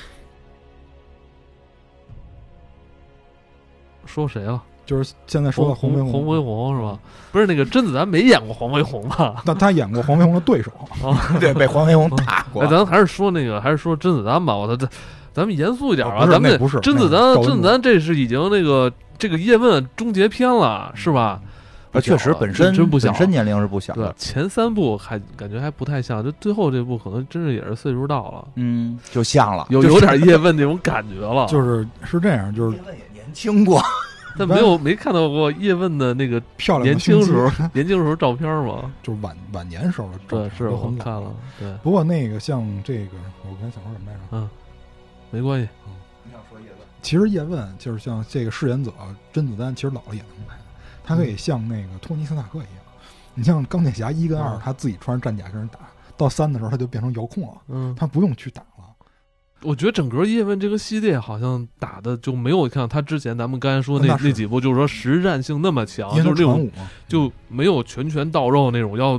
说谁了？ 就是现在说的黄飞鸿， 黄飞鸿是吧？不是那个甄子丹没演过黄飞鸿吧？ 但他演过黄飞鸿的对手， 对，被黄飞鸿打过。 哎，咱还是说那个，还是说甄子丹吧。我操，咱们严肃一点啊！ 哦、 咱们不是甄子丹，甄子丹这是已经那个这个叶问终结篇了，是吧？ 啊，确实本身真不小， 本身年龄是不小的。 对，前三部还感觉还不太像，就最后这部可能真是也是岁数到了， 嗯，就像了， 有有点叶问那种感觉了。 就是是这样，就是叶问也年轻过。 但没有没看到过叶问的那个漂亮年轻时候年轻时候照片吗？ 就是晚晚年时候的照对， 片， 是我很看了。对， 不过那个像这个，我刚才想说什么来着？ 嗯，没关系。 嗯，你想说叶问？ 其实叶问就是像这个饰演者甄子丹，其实老了也能拍，他可以像那个托尼斯塔克一样。你像钢铁侠一跟二，他自己穿着战甲跟人打；到三的时候，他就变成遥控了， 嗯， 他不用去打了。 我觉得整个叶问这个系列好像打的就没有像他之前咱们刚才说那那那几部，就是说实战性那么强，就是那种就没有拳拳到肉那种要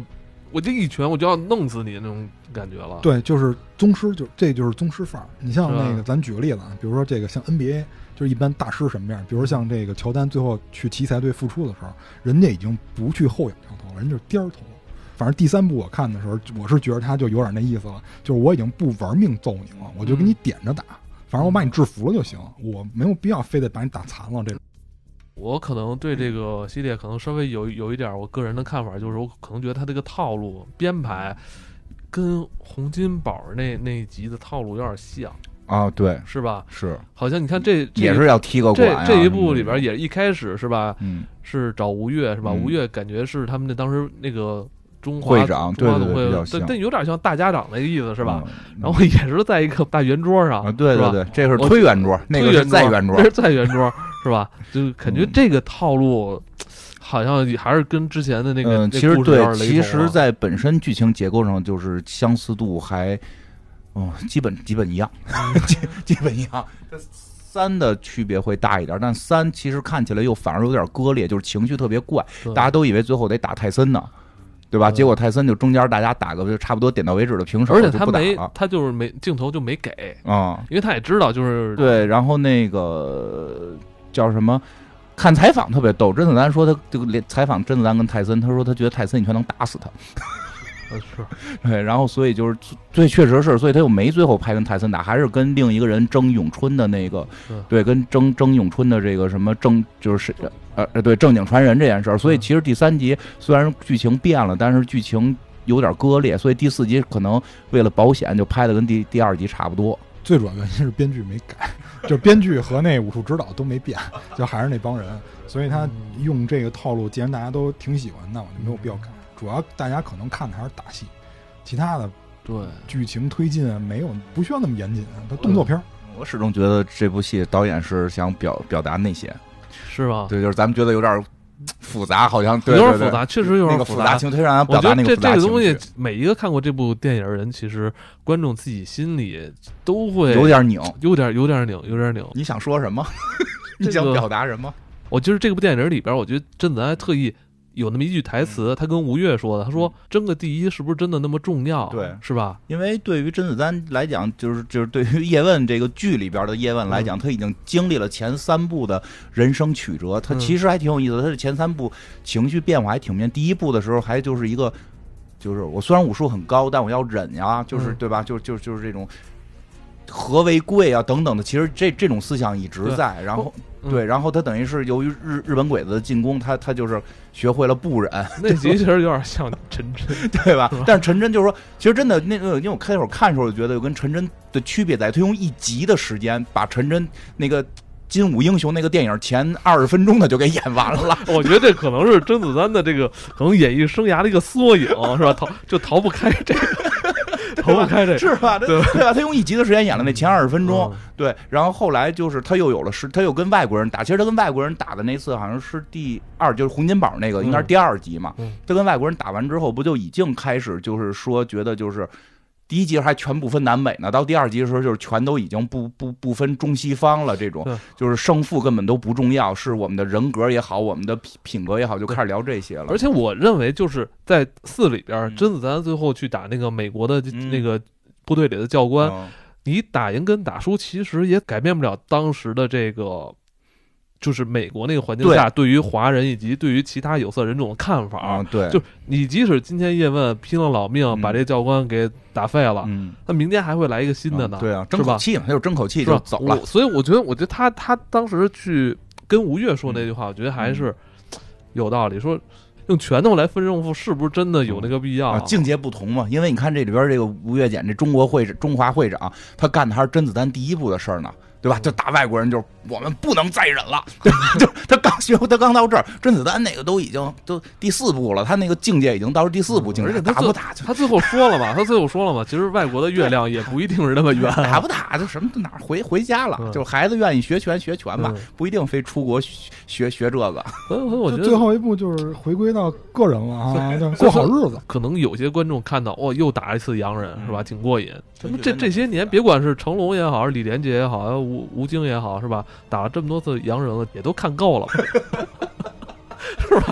我这一拳我就要弄死你那种感觉了。 对，就是宗师，就这就是宗师范儿。你像那是个，咱举个例子啊，比如说这个像 N B A， 就是一般大师什么样？比如说像这个乔丹最后去奇才队复出的时候，人家已经不去后仰跳投了，人就是颠儿投。反正第三部我看的时候，我是觉得他就有点那意思了，就是我已经不玩命揍你了，我就给你点着打，反正我把你制服了就行，我没有必要非得把你打残了这种。 我可能对这个系列可能稍微有有一点我个人的看法，就是我可能觉得他这个套路编排跟洪金宝那那一集的套路有点像啊，对， 是吧？ 是， 好像你看这也是要踢个馆、 啊、这这一部里边也一开始是吧？ 嗯， 是找吴越是吧？ 嗯、 吴越感觉是他们那当时那个中华会长， 中华总会会，但但有点像大家长那个意思是吧？ 嗯、 然后也是在一个大圆桌上， 啊、对对对，这是推圆桌，那个是在圆桌， 这是在圆桌是吧？就感觉这个套路。好像还是跟之前的那个， 嗯，其实对，其实，在本身剧情结构上，就是相似度还，哦，基本基本一样，基基本一样。三的区别会大一点，但三其实看起来又反而有点割裂，就是情绪特别怪，大家都以为最后得打泰森呢，对吧？结果泰森就中间大家打个就差不多点到为止的平手， 而且他没，他就是没镜头就没给啊、嗯， 因为他也知道就是对，然后那个叫什么？看采访特别逗，甄子丹说他这个连采访甄子丹跟泰森，他说他觉得泰森一拳能打死他。 呃是， 对，然后所以就是对，确实是，所以他又没最后拍跟泰森打，还是跟另一个人争咏春的那个，对，跟争争咏春的这个什么正就是呃对正经传人这件事儿。所以其实第三集虽然剧情变了，但是剧情有点割裂，所以第四集可能为了保险就拍的跟第第二集差不多。 最主要原因是编剧没改，就是编剧和那武术指导都没变，就还是那帮人，所以他用这个套路，既然大家都挺喜欢，那我就没有必要改。主要大家可能看的还是打戏，其他的对剧情推进啊，没有不需要那么严谨，它动作片。 我始终觉得这部戏导演是想表表达那些， 是吧？ 对，就是咱们觉得有点复杂，好像对有点复杂，确实有点复杂情绪，让人表达那个复杂情绪。 我觉得这这个东西，每一个看过这部电影的人，其实观众自己心里都会有点拧， 有点有点拧，有点拧。 你想说什么？你想表达什么？ 我觉得这部电影里边，我觉得甄子丹特意有那么一句台词，他跟吴越说的，他说争个第一是不是真的那么重要？ 对， 是吧？ 因为对于甄子丹来讲，就是就是对于叶问这个剧里边的叶问来讲，他已经经历了前三部的人生曲折，他其实还挺有意思的。他的前三部情绪变化还挺面，第一部的时候还就是一个，就是我虽然武术很高，但我要忍呀，就是对吧？就就就是这种。和为贵啊，等等的，其实这这种思想一直在。然后， 嗯、 对，然后他等于是由于日日本鬼子的进攻，他他就是学会了不忍。 那其实有点像陈真， 对吧？但是陈真就是说，其实真的那个，因为我开始看的时候，就觉得有跟陈真的区别在，他用一集的时间把陈真那个。金武英雄那个电影前二十分钟他就给演完了， 我觉得这可能是甄子丹的这个可能演艺生涯的一个缩影，是吧？逃就逃不开这个，逃不开这个， 是吧？对对吧？他用一集的时间演了那前二十分钟， 嗯、 对，然后后来就是他又有了是，他又跟外国人打，其实他跟外国人打的那次好像是第二，就是洪金宝那个，应该是第二集嘛。 嗯、 他跟外国人打完之后，不就已经开始就是说觉得就是。第一集还全不分南北呢，到第二集的时候就是全都已经不不不分中西方了，这种就是胜负根本都不重要，是我们的人格也好，我们的品格也好，就开始聊这些了。 而且我认为就是在四里边，甄子丹最后去打那个美国的那个部队里的教官， 嗯、 你打赢跟打输其实也改变不了当时的这个。就是美国那个环境下，对于华人以及对于其他有色人种的看法， 啊、对， 就你即使今天叶问拼了老命、 嗯、 把这教官给打废了， 嗯， 那明天还会来一个新的呢， 嗯、对啊，争口气嘛，他就争口气就走了。 所以我觉得，我觉得他他当时去跟吴越说那句话，我觉得还是有道理。说用拳头来分胜负，是不是真的有那个必要？ 啊、境界不同嘛，因为你看这里边这个吴越简这中国会中华会长，他干的还是甄子丹第一部的事儿呢。对吧？就打外国人，就是我们不能再忍了。对，就他刚学，他刚到这儿，甄子丹那个都已经都第四部了，他那个境界已经到第四部境界， 而且打不打？ 他最后说了嘛，他最后说了嘛，其实外国的月亮也不一定是那么圆， 打不打就什么哪回回家了， 嗯、 就孩子愿意学拳学拳吧， 嗯、 不一定非出国学学学这个。 我觉得最后一步就是回归到个人了啊，过好日子。 可能有些观众看到哦，又打一次洋人、 嗯、 是吧？挺过瘾。这这些年，别管是成龙也好，李连杰也好，吴吴京也好。是吧？打了这么多次洋人了，也都看够了，是吧？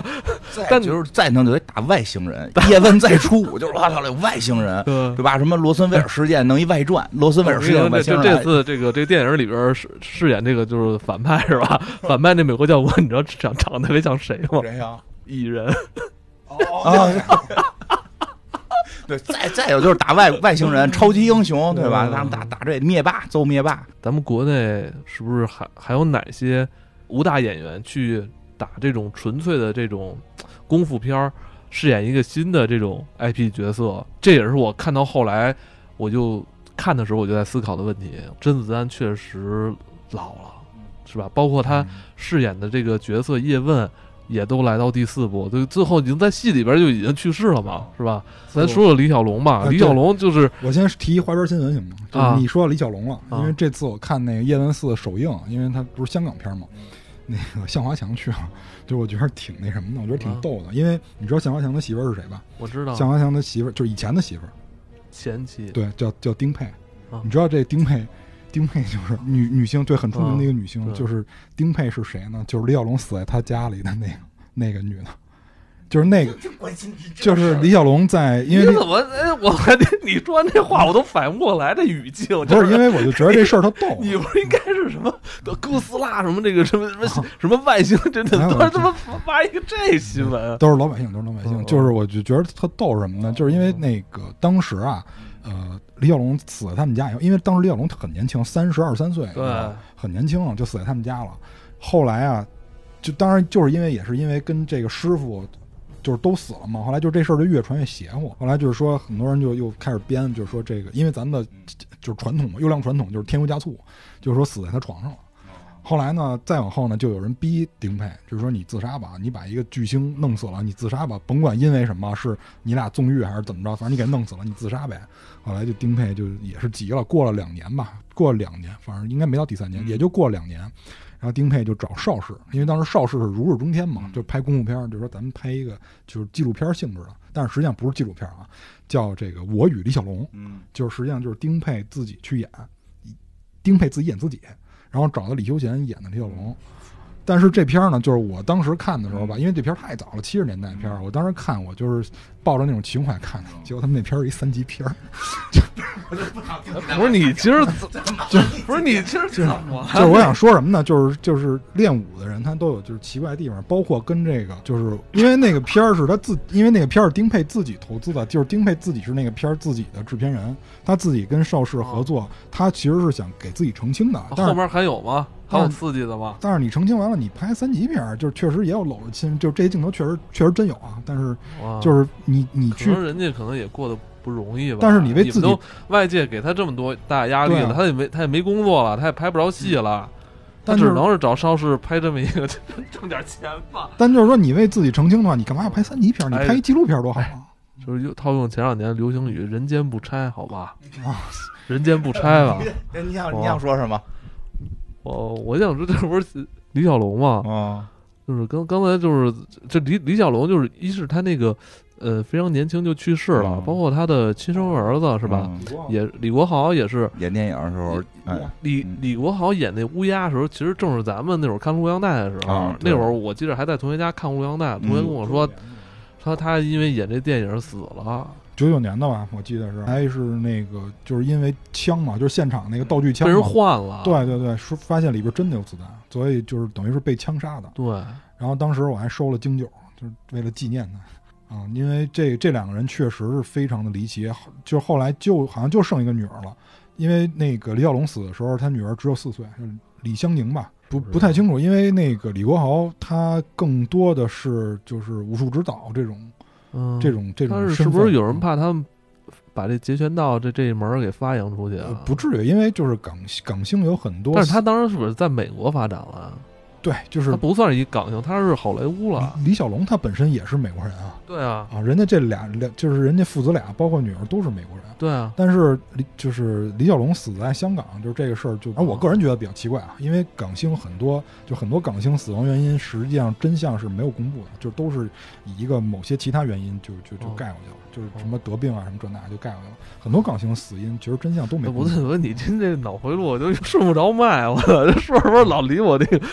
但就是再弄就得打外星人，叶问再出，就是哇操，有外星人，对吧？什么罗森威尔事件弄一外传，罗森威尔事件外星人。 这次这个这个电影里边饰饰演这个就是反派是吧？反派那美国教官，你知道长长得特别像谁吗？ 谁呀？ 蚁人。 哦。对，再再有就是打外外星人，超级英雄，对吧？他们打打这灭霸，揍灭霸。 咱们国内是不是还还有哪些武打演员去打这种纯粹的这种功夫片儿，饰演一个新的这种 I P 角色？这也是我看到后来我就看的时候我就在思考的问题。甄子丹确实老了，是吧？包括他饰演的这个角色叶问。也都来到第四部，对，最后已经在戏里边就已经去世了嘛，是吧？咱说说李小龙吧，李小龙就是我先提一花边新闻行吗？就是你说到李小龙了，因为这次我看那个叶问四的首映，因为他不是香港片嘛，那个向华强去了，就我觉得挺那什么的，我觉得挺逗的，因为你知道向华强的媳妇儿是谁吧？ 我知道， 向华强的媳妇儿就是以前的媳妇儿， 前妻， 对，叫叫丁佩，你知道这丁佩。丁佩就是女女星，对，很出名的一个女星， 嗯、 就是丁佩是谁呢？就是李小龙死在他家里的那个那个女的，就是那个，就是李小龙在，因为你怎么哎，我你说完这话我都反应不过来这语境， 不是因为我就觉得这事儿他逗， 你不是应该是什么哥斯拉什么这个什么什么什么外星，真的都是他妈发一个这新闻， 都是老百姓，都是老百姓，就是我就觉得他逗什么呢？就是因为那个当时啊。呃，李小龙死在他们家以后，因为当时李小龙很年轻，三十二三岁， 对， 很年轻就死在他们家了。后来啊，就当然就是因为也是因为跟这个师傅就是都死了嘛。后来就这事儿就越传越邪乎。后来就是说，很多人就又开始编，就是说这个，因为咱们的就是传统嘛，优良传统就是添油加醋，就是说死在他床上了。后来呢，再往后呢，就有人逼丁佩，就是说你自杀吧，你把一个巨星弄死了，你自杀吧，甭管因为什么，是你俩纵欲还是怎么着，反正你给弄死了，你自杀呗。后来就丁佩就也是急了，过了两年吧，过了两年，反正应该没到第三年，也就过了两年。然后丁佩就找邵氏，因为当时邵氏是如日中天嘛，就拍功夫片，就说咱们拍一个就是纪录片性质的，但是实际上不是纪录片啊，叫这个《我与李小龙》，嗯，就是实际上就是丁佩自己去演，丁佩自己演自己。然后找到李修贤演的李小龙，但是这片呢，就是我当时看的时候吧，因为这片太早了，七十年代片，我当时看我就是抱着那种情怀看的，结果他们那片是一三级片儿， 不是你今儿就不是你今儿怎么？就是我想说什么呢？就是就是练武的人他都有就是奇怪的地方，包括跟这个就是因为那个片儿是他自，因为那个片是丁佩自己投资的，就是丁佩自己是那个片自己的制片人，他自己跟邵氏合作，他其实是想给自己澄清的。但是后面还有吗？还有刺激的吗？ 但是你澄清完了，你拍三级片，就是确实也有搂着亲，就这些镜头确实确实真有啊。但是就是你你去， 可能人家可能也过得不容易吧。 但是你为自己都外界给他这么多大压力了，啊、他也没他也没工作了，他也拍不着戏了，他只能是找邵氏拍这么一个挣点钱吧。 但就是说，你为自己澄清的话，你干嘛要拍三级片？你拍一纪录片多好啊！ 哎、就是套用前两年流行语“人间不拆”，好吧？啊，人间不拆了。 你想你想说什么？ 我我想说，这不是李小龙吗？ 啊， 就是刚刚才就是这李李小龙，就是一是他那个呃非常年轻就去世了， 嗯、 包括他的亲生儿子是吧？ 嗯、 也李国豪也是演电影的时候， 哎、李李国豪演那乌鸦的时候，其实正是咱们那会儿看录像带的时候。 啊、 那会儿我记得还在同学家看录像带，同学跟我说，说、嗯、他因为演这电影死了。 九九年的吧，我记得是，还是那个，就是因为枪嘛，就是现场那个道具枪被人换了， 对对对，说发现里边真的有子弹，所以就是等于是被枪杀的。 对， 然后当时我还收了京酒，就是为了纪念他啊，因为这这两个人确实是非常的离奇，就后来就好像就剩一个女儿了，因为那个李小龙死的时候，他女儿只有四岁，就是李香凝吧，不不太清楚，因为那个李国豪他更多的是就是武术指导这种。 嗯， 这种这种但是是不是有人怕他们把这截拳道这这一门给发扬出去啊？ 呃、不至于，因为就是港港星有很多， 但是他当时是不是在美国发展了？ 对，就是他不算是一港星，他是好莱坞了。 李小龙他本身也是美国人啊。 对啊， 啊，人家这俩俩就是人家父子俩，包括女儿都是美国人。 对啊， 但是李就是李小龙死在香港，就是这个事儿就，而我个人觉得比较奇怪啊，因为港星很多，就很多港星死亡原因实际上真相是没有公布的，就都是以一个某些其他原因就就就盖过去了，哦、就是什么得病啊什么这那就盖过去了。很多港星死因其实真相都没公布。 不对，你今这脑回路我就顺不着脉，我操，这说什么老离我这个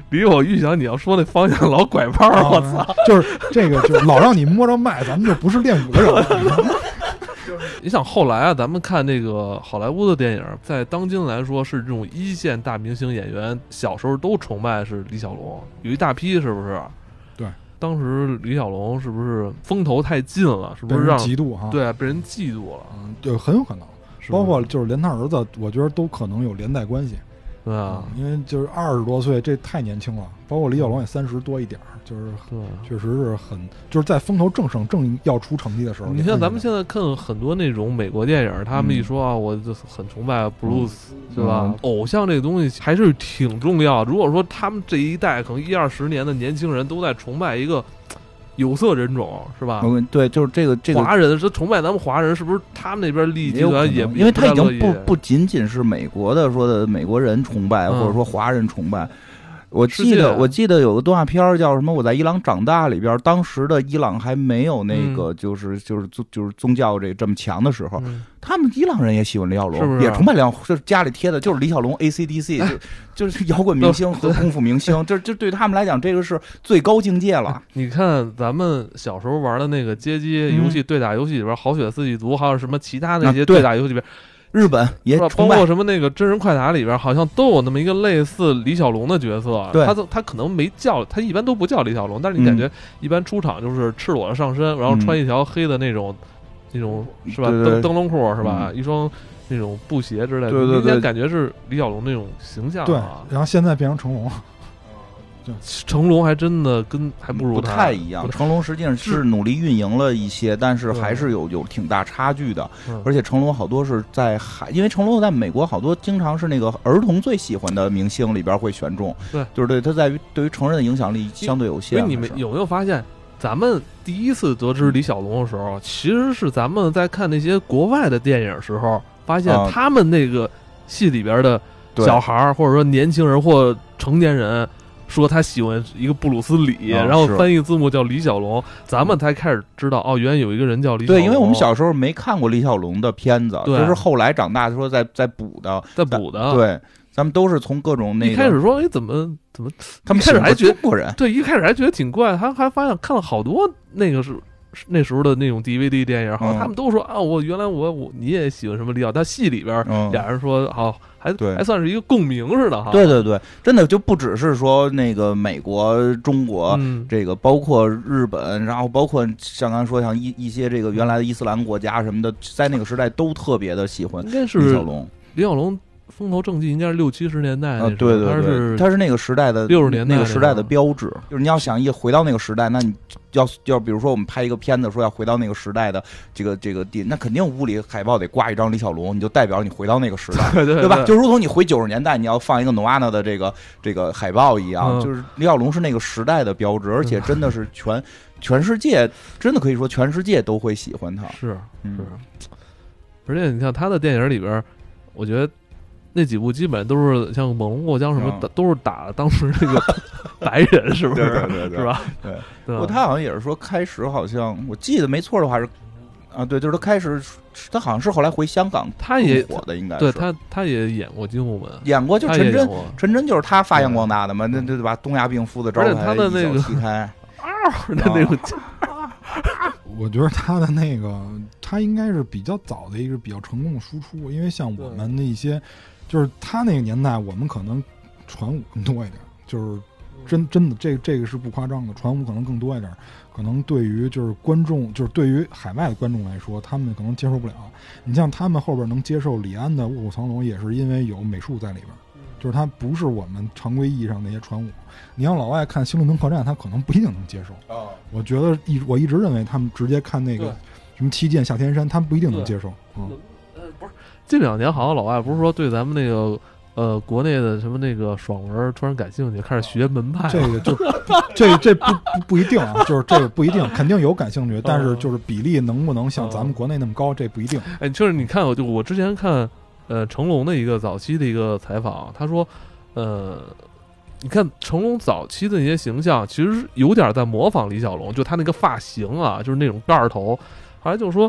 离我预想你要说那方向老拐弯儿，我操！ 就是这个，就是老让你摸着麦，咱们就不是练武的人了。 你想后来啊，咱们看这个好莱坞的电影，在当今来说是这种一线大明星演员，小时候都崇拜是李小龙，有一大批是不是？ 对， 当时李小龙是不是风头太劲了？是不是让嫉妒哈？ 对啊，被人嫉妒了， 嗯，就很有可能， 是包括就是连他儿子，我觉得都可能有连带关系。 对啊， 因为就是二十多岁，这太年轻了。包括李小龙也三十多一点儿，就是确实是很，就是在风头正盛、正要出成绩的时候。 你像咱们现在看很多那种美国电影，他们一说啊，我就很崇拜布鲁斯，对吧？偶像这个东西还是挺重要。如果说他们这一代可能一二十年的年轻人都在崇拜一个有色人种，是吧？ 对，就是这个这个华人是崇拜咱们华人，是不是他们那边利益集团也因为他已经不不不仅仅是美国的说的美国人崇拜， 嗯、 或者说华人崇拜。我记得我记得有个动画片叫什么？我在伊朗长大里边，当时的伊朗还没有那个就是、嗯、就是就是宗教这这么强的时候，嗯、他们伊朗人也喜欢李小龙， 是不是也崇拜李小龙，就是家里贴的就是李小龙 A C D C， 就就是摇滚明星和功夫明星，这这对他们来讲这个是最高境界了。 你看咱们小时候玩的那个街机游戏、嗯、对打游戏里边，好血四季族，还有什么其他那些对打游戏里边。啊日本也包括什么那个真人快打里边，好像都有那么一个类似李小龙的角色。 对， 他他可能没叫，他一般都不叫李小龙，但是你感觉一般出场就是赤裸的上身，嗯、然后穿一条黑的那种、嗯、那种是吧？ 对对对灯灯笼裤是吧？ 嗯、 一双那种布鞋之类的， 对对对， 感觉是李小龙那种形象、啊。 对，然后现在变成成龙。 成龙还真的跟还不如他不太一样，成龙实际上是努力运营了一些，但是还是有有挺大差距的。而且成龙好多是在海，因为成龙在美国好多经常是那个儿童最喜欢的明星里边会选中， 对， 就是对他在于对于成人的影响力相对有限。 因为你们有没有发现，咱们第一次得知李小龙的时候，其实是咱们在看那些国外的电影时候，发现他们那个戏里边的小孩或者说年轻人或成年人。说他喜欢一个布鲁斯李， 哦、 然后翻译字幕叫李小龙，咱们才开始知道哦，原来有一个人叫李小龙。 对，因为我们小时候没看过李小龙的片子，就是后来长大说在在补的， 在补的。 对，咱们都是从各种那个。 一开始说，哎，怎么怎么？ 他们开始还觉得中国人， 对，一开始还觉得挺怪，还还发现看了好多那个是。那时候的那种 D V D 电影，好像他们都说、嗯、啊，我原来我我你也喜欢什么李小龙，他戏里边、嗯、俩人说好，还对还算是一个共鸣似的哈。 对对对，真的就不只是说那个美国、中国、 嗯、 这个，包括日本，然后包括像刚才说像一一些这个原来的伊斯兰国家什么的，在那个时代都特别的喜欢李小龙。 李小龙。风头正劲应该是六七十年代啊，对对对， 他是他是那个时代的六十年代那个时代的标志。就是你要想一回到那个时代，那你要要比如说我们拍一个片子，说要回到那个时代的这个这个地，那肯定屋里海报得挂一张李小龙，你就代表你回到那个时代， 对对对对吧？就如同你回九十年代，你要放一个 Noana 的这个这个海报一样， 嗯、 就是李小龙是那个时代的标志，而且真的是全、嗯、全世界真的可以说全世界都会喜欢他。 是是， 嗯、 而且你看他的电影里边，我觉得。那几部基本都是像猛龙过江什么，嗯、都是打当时这个白人，是不是？ 对对对对是吧？ 对。不过他好像也是说，开始好像我记得没错的话是，啊，对，就是他开始，他好像是后来回香港， 他也火的，应该是对他他也演过《精武门》， 演过就陈真，陈真就是他发扬光大的嘛，那对吧？东亚病夫的招牌， 而且他的那个踢开， 的那种。 我觉得他的那个，他应该是比较早的一个比较成功的输出，因为像我们的一些。就是他那个年代，我们可能传武更多一点，就是真真的这这个是不夸张的，传武可能更多一点，可能对于就是观众，就是对于海外的观众来说，他们可能接受不了。你像他们后边能接受李安的《卧虎藏龙》，也是因为有美术在里边，就是他不是我们常规意义上那些传武。你让老外看《星路灯客栈》，他可能不一定能接受。 哦， 我觉得一我一直认为他们直接看那个什么七剑下天山，他们不一定能接受。嗯。 这两年好像老外不是说对咱们那个呃国内的什么那个爽文突然感兴趣，开始学门派。 这个就这这不不不一定啊，就是这个不一定，肯定有感兴趣，但是就是比例能不能像咱们国内那么高，这不一定。 哎，就是你看，我就我之前看呃成龙的一个早期的一个采访，他说呃。你看成龙早期的那些形象，其实有点在模仿李小龙，就他那个发型啊，就是那种盖儿头。后来就是说，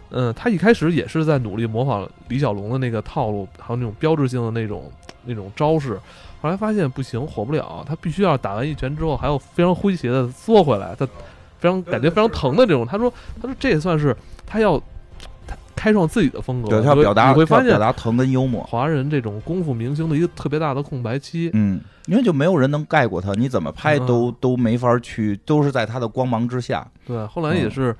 嗯，他一开始也是在努力模仿李小龙的那个套路，还有那种标志性的那种那种招式。后来发现不行，火不了，他必须要打完一拳之后，还要非常诙谐的缩回来，他非常感觉非常疼的这种。他说，他说这也算是他要他开创自己的风格， 对，他要表达， 你会发现表达疼跟幽默。 华人这种功夫明星的一个特别大的空白期， 嗯，因为就没有人能盖过他，你怎么拍都、嗯、都没法去，都是在他的光芒之下。 对，后来也是。嗯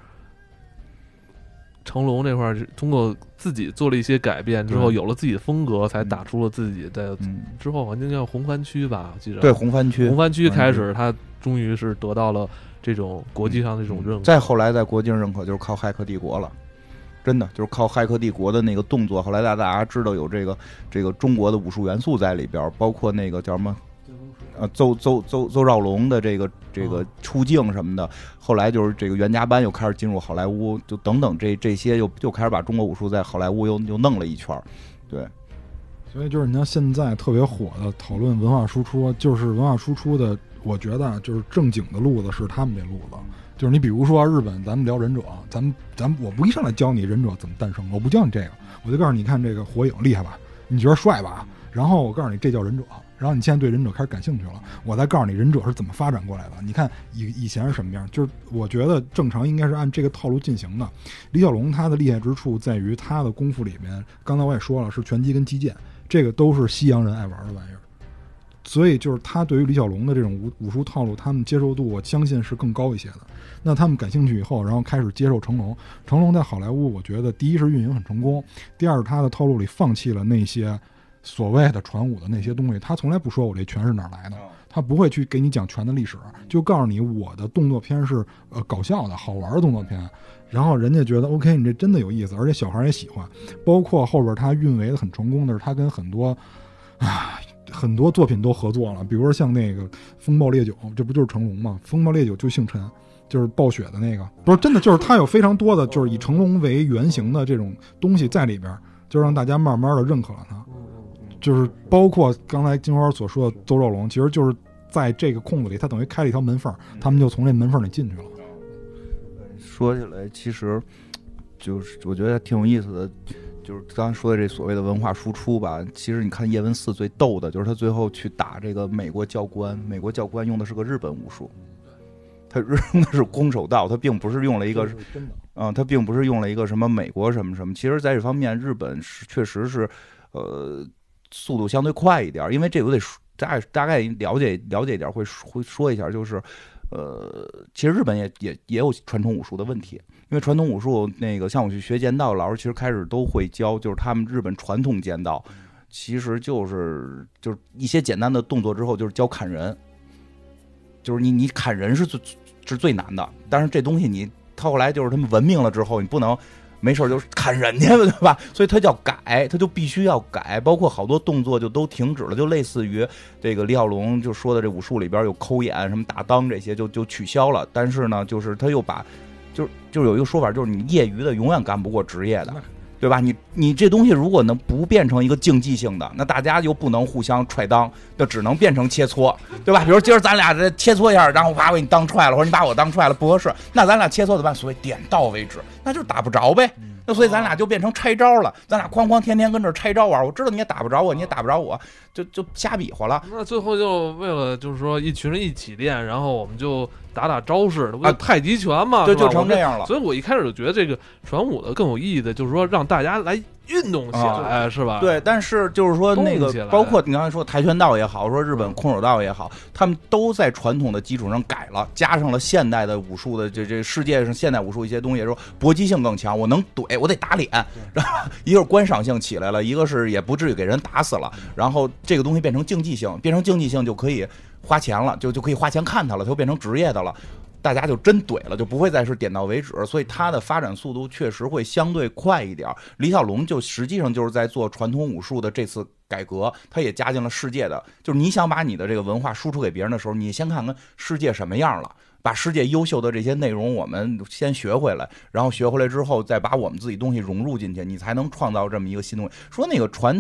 成龙这块通过自己做了一些改变之后，有了自己的风格，才打出了自己的。 嗯、 之后好像叫红番区吧，我记得。 对，红番区， 红番区开始，他终于是得到了这种国际上的这种认可。 再后来，在国际上认可就是靠《骇客帝国》了，真的就是靠《骇客帝国》的那个动作。后来大家知道有这个这个中国的武术元素在里边，包括那个叫什么？呃，邹邹邹邹兆龙的这个这个出镜什么的，后来就是这个袁家班又开始进入好莱坞，就等等这这些又又开始把中国武术在好莱坞又又弄了一圈，对。 所以就是你像现在特别火的讨论文化输出，就是文化输出的，我觉得就是正经的路子是他们这路子，就是你比如说日本，咱们聊忍者，咱们咱们我不一上来教你忍者怎么诞生，我不教你这个，我就告诉你看这个火影厉害吧，你觉得帅吧，然后我告诉你这叫忍者。然后你现在对忍者开始感兴趣了，我再告诉你忍者是怎么发展过来的。你看以以前是什么样，就是我觉得正常应该是按这个套路进行的。李小龙他的厉害之处在于他的功夫里面，刚才我也说了，是拳击跟击剑，这个都是西洋人爱玩的玩意儿。所以就是他对于李小龙的这种武武术套路，他们接受度我相信是更高一些的。那他们感兴趣以后，然后开始接受成龙。成龙在好莱坞，我觉得第一是运营很成功，第二是他的套路里放弃了那些所谓的传武的那些东西，他从来不说我这拳是哪儿来的，他不会去给你讲拳的历史，就告诉你我的动作片是呃搞笑的好玩的动作片，然后人家觉得 OK 你这真的有意思，而且小孩也喜欢。包括后边他运维的很成功的是他跟很多啊很多作品都合作了，比如说像那个风暴烈酒，这不就是成龙吗？风暴烈酒就姓陈，就是暴雪的那个，不是真的，就是他有非常多的就是以成龙为原型的这种东西在里边，就让大家慢慢的认可了他。就是包括刚才金花所说的邹兆龙，其实就是在这个空子里，他等于开了一条门缝，他们就从这门缝里进去了。 说起来，其实就是我觉得挺有意思的，就是刚才说的这所谓的文化输出吧。其实你看叶问四最逗的就是他最后去打这个美国教官，美国教官用的是个日本武术，他用的是空手道，他并不是用了一个嗯，他并不是用了一个什么美国什么什么。其实在这方面，日本是确实是呃。速度相对快一点，因为这我得大概大概了解了解一点，会会说一下，就是，呃，其实日本也也也有传统武术的问题，因为传统武术那个像我去学剑道，老师其实开始都会教，就是他们日本传统剑道，其实就是就是一些简单的动作之后，就是教砍人，就是你你砍人是最是最难的，但是这东西你他后来就是他们文明了之后，你不能。没事就砍人家对吧？所以他叫改，他就必须要改，包括好多动作就都停止了，就类似于这个李小龙就说的这武术里边有抠眼、什么打裆这些就就取消了。但是呢，就是他又把，就就有一个说法，就是你业余的永远干不过职业的。对吧？你你这东西如果能不变成一个竞技性的，那大家又不能互相踹裆，那只能变成切磋，对吧？比如今儿咱俩这切磋一下，然后啪我给你当踹了，或者你把我当踹了，不合适，那咱俩切磋怎么办？所谓点到为止，那就是打不着呗。那所以咱俩就变成拆招了，咱俩哐哐天天跟这拆招玩，我知道你也打不着我，你也打不着我，就就瞎比划了。 那最后就为了就是说一群人一起练，然后我们就打打招式，不就太极拳嘛， 对，就成这样了。 所以我一开始就觉得这个传武的更有意义的，就是说让大家来运动起来，啊、是吧？ 对，但是就是说那个，包括你刚才说跆拳道也好，说日本空手道也好，他们都在传统的基础上改了，加上了现代的武术的这这世界上现代武术一些东西，说搏击性更强，我能怼，我得打脸，然后一个是观赏性起来了，一个是也不至于给人打死了，然后这个东西变成竞技性，变成竞技性就可以花钱了，就就可以花钱看它了，它就变成职业的了。大家就真怼了，就不会再是点到为止，所以它的发展速度确实会相对快一点。李小龙就实际上就是在做传统武术的这次改革，他也加进了世界的，就是你想把你的这个文化输出给别人的时候，你先看看世界什么样了，把世界优秀的这些内容我们先学回来，然后学回来之后再把我们自己东西融入进去，你才能创造这么一个新东西。说那个传统，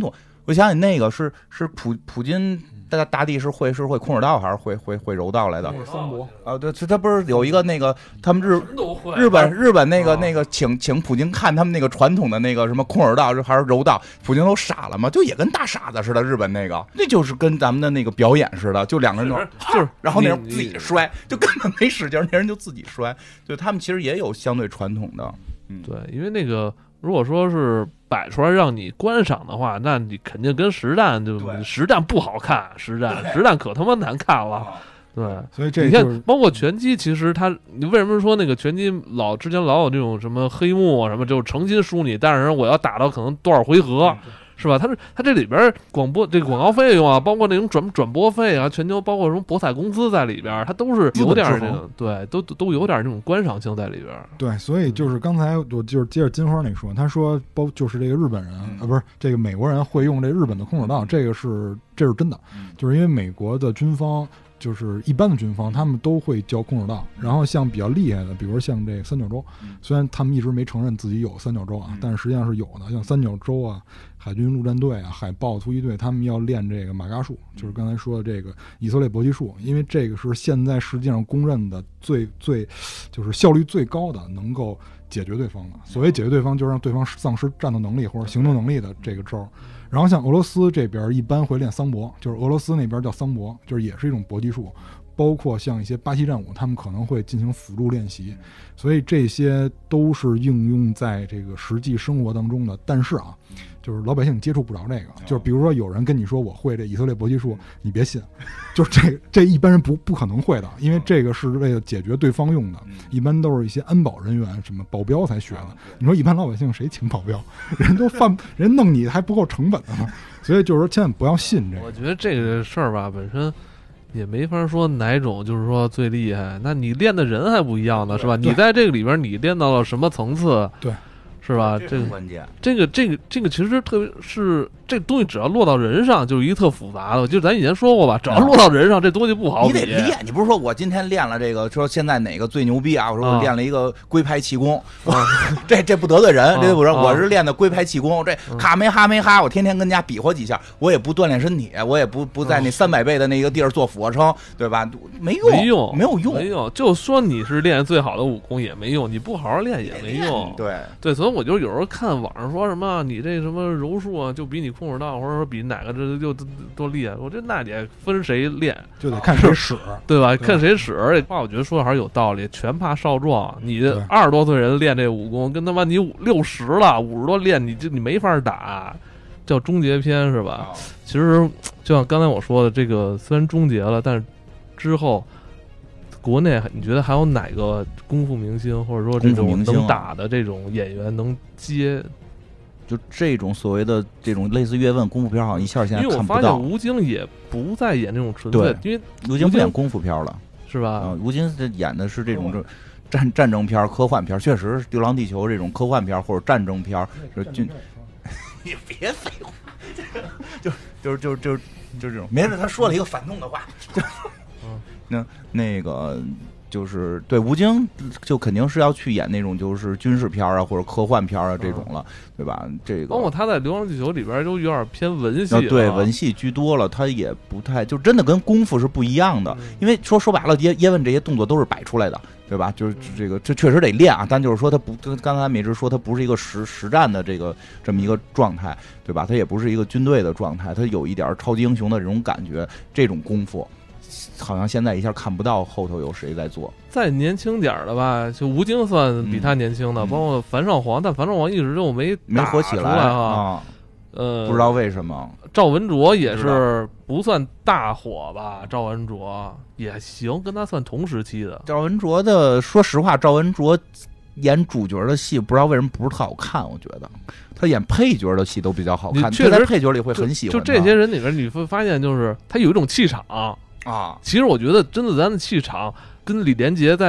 我想起那个是是普普京。大大帝是会是会空手道还是会会会柔道来的？ 桑博啊，对，他不是有一个那个他们日会日本日本那个、啊、那个请请普京看他们那个传统的那个什么空手道还是柔道，普京都傻了嘛，就也跟大傻子似的。日本那个那就是跟咱们的那个表演似的，就两个人就是， 然后那人自己摔，就根本没使劲，那人就自己摔。对他们其实也有相对传统的，嗯， 对，因为那个如果说是。摆出来让你观赏的话，那你肯定跟实战就实战不好看，实战实战可他妈难看了。对， 所以这、 就是、你看，包括拳击，其实他，你为什么说那个拳击老之前老有这种什么黑幕啊什么，就是诚心输你，但是我要打到可能多少回合。是吧？他是他这里边广播这个广告费用啊，包括那种转转播费啊，全球包括什么博彩公司在里边，它都是有点这个，对，都都有点这种观赏性在里边。 对，所以就是刚才我就是接着金花那说，他说包就是这个日本人啊、呃，不是这个美国人会用这日本的空手道，这个是这是真的，就是因为美国的军方。就是一般的军方，他们都会教空手道。然后像比较厉害的，比如像这个三角洲，虽然他们一直没承认自己有三角洲啊，但是实际上是有的。像三角洲啊、海军陆战队啊、海豹突击队，他们要练这个马嘎术，就是刚才说的这个以色列搏击术，因为这个是现在实际上公认的最最就是效率最高的，能够解决对方的。所谓解决对方，就是让对方丧失战斗能力或者行动能力的这个招。然后像俄罗斯这边一般会练桑博，就是俄罗斯那边叫桑博，就是也是一种搏击术，包括像一些巴西战舞，他们可能会进行辅助练习，所以这些都是应用在这个实际生活当中的。但是啊，就是老百姓接触不着这个，就是比如说有人跟你说我会这以色列搏击术，你别信，就是这这一般人不不可能会的，因为这个是为了解决对方用的，一般都是一些安保人员什么保镖才学的。你说一般老百姓谁请保镖？人都犯人弄你还不够成本的吗？所以就是说千万不要信这个。 我觉得这个事儿吧，本身也没法说哪种就是说最厉害，那你练的人还不一样呢，是吧？你在这个里边你练到了什么层次？ 对。 是吧？ 这个关键， 这个这个这个其实特别是这东西，只要落到人上，就是一特复杂的。就咱以前说过吧，只要落到人上，这东西不好比。 你得练，你不是说我今天练了这个，说现在哪个最牛逼啊？我说我练了一个龟派气功，啊、这这不得罪人，这不是、啊、我是练的龟派气功，这哈没哈没哈，我天天跟家比划几下，我也不锻炼身体，我也不不在那三百倍的那个地儿做俯卧撑，对吧？没用， 没用， 没有用， 没用。就说你是练最好的武功也没用，你不好好练也没用。 对对，所以我就有时候看。网上说什么你这什么柔术啊，就比你空手道，或者说比哪个这就多厉害？我这那得分谁练， 就得看谁使， 对吧？看谁使。这话我觉得说的还是有道理。全怕少壮，你二十多岁人练这武功，跟他妈你六十了五十多练，你就你没法打，叫终结篇是吧？其实就像刚才我说的，这个虽然终结了，但是之后。国内你觉得还有哪个功夫明星，或者说这种能打的这种演员能接？ 就这种所谓的这种类似叶问功夫片，好像一下现在看不到。 因为我发现吴京也不再演这种纯粹，因为吴京不演功夫片了， 是吧？ 啊，吴京演的是这种这战战争片、科幻片，确实《流浪地球》这种科幻片或者战争片，就就你别废话，就就就就就这种。没事，他说了一个反动的话。就那那个就是对吴京，就肯定是要去演那种就是军事片啊或者科幻片啊这种了，对吧？这个包括他在《流浪地球》里边都有点偏文戏、啊， 对文戏居多了，他也不太就真的跟功夫是不一样的。因为说说白了，叶叶问这些动作都是摆出来的，对吧？就是这个这确实得练啊，但就是说他不，刚才美芝说他不是一个实实战的这个这么一个状态，对吧？他也不是一个军队的状态，他有一点超级英雄的这种感觉，这种功夫。好像现在一下看不到后头有谁在做。 再年轻点的吧，就吴京算比他年轻的，嗯、包括樊少皇，但樊少皇一直就没没火起来啊。呃， 不知道为什么。 赵文卓也是不算大火吧？赵文卓也行，跟他算同时期的。 赵文卓的，说实话，赵文卓演主角的戏，不知道为什么不是特好看。我觉得他演配角的戏都比较好看， 确实在配角里会很喜欢。 就这些人里边，你会发现，就是他有一种气场。 啊， 其实我觉得真的，咱的气场跟李连杰在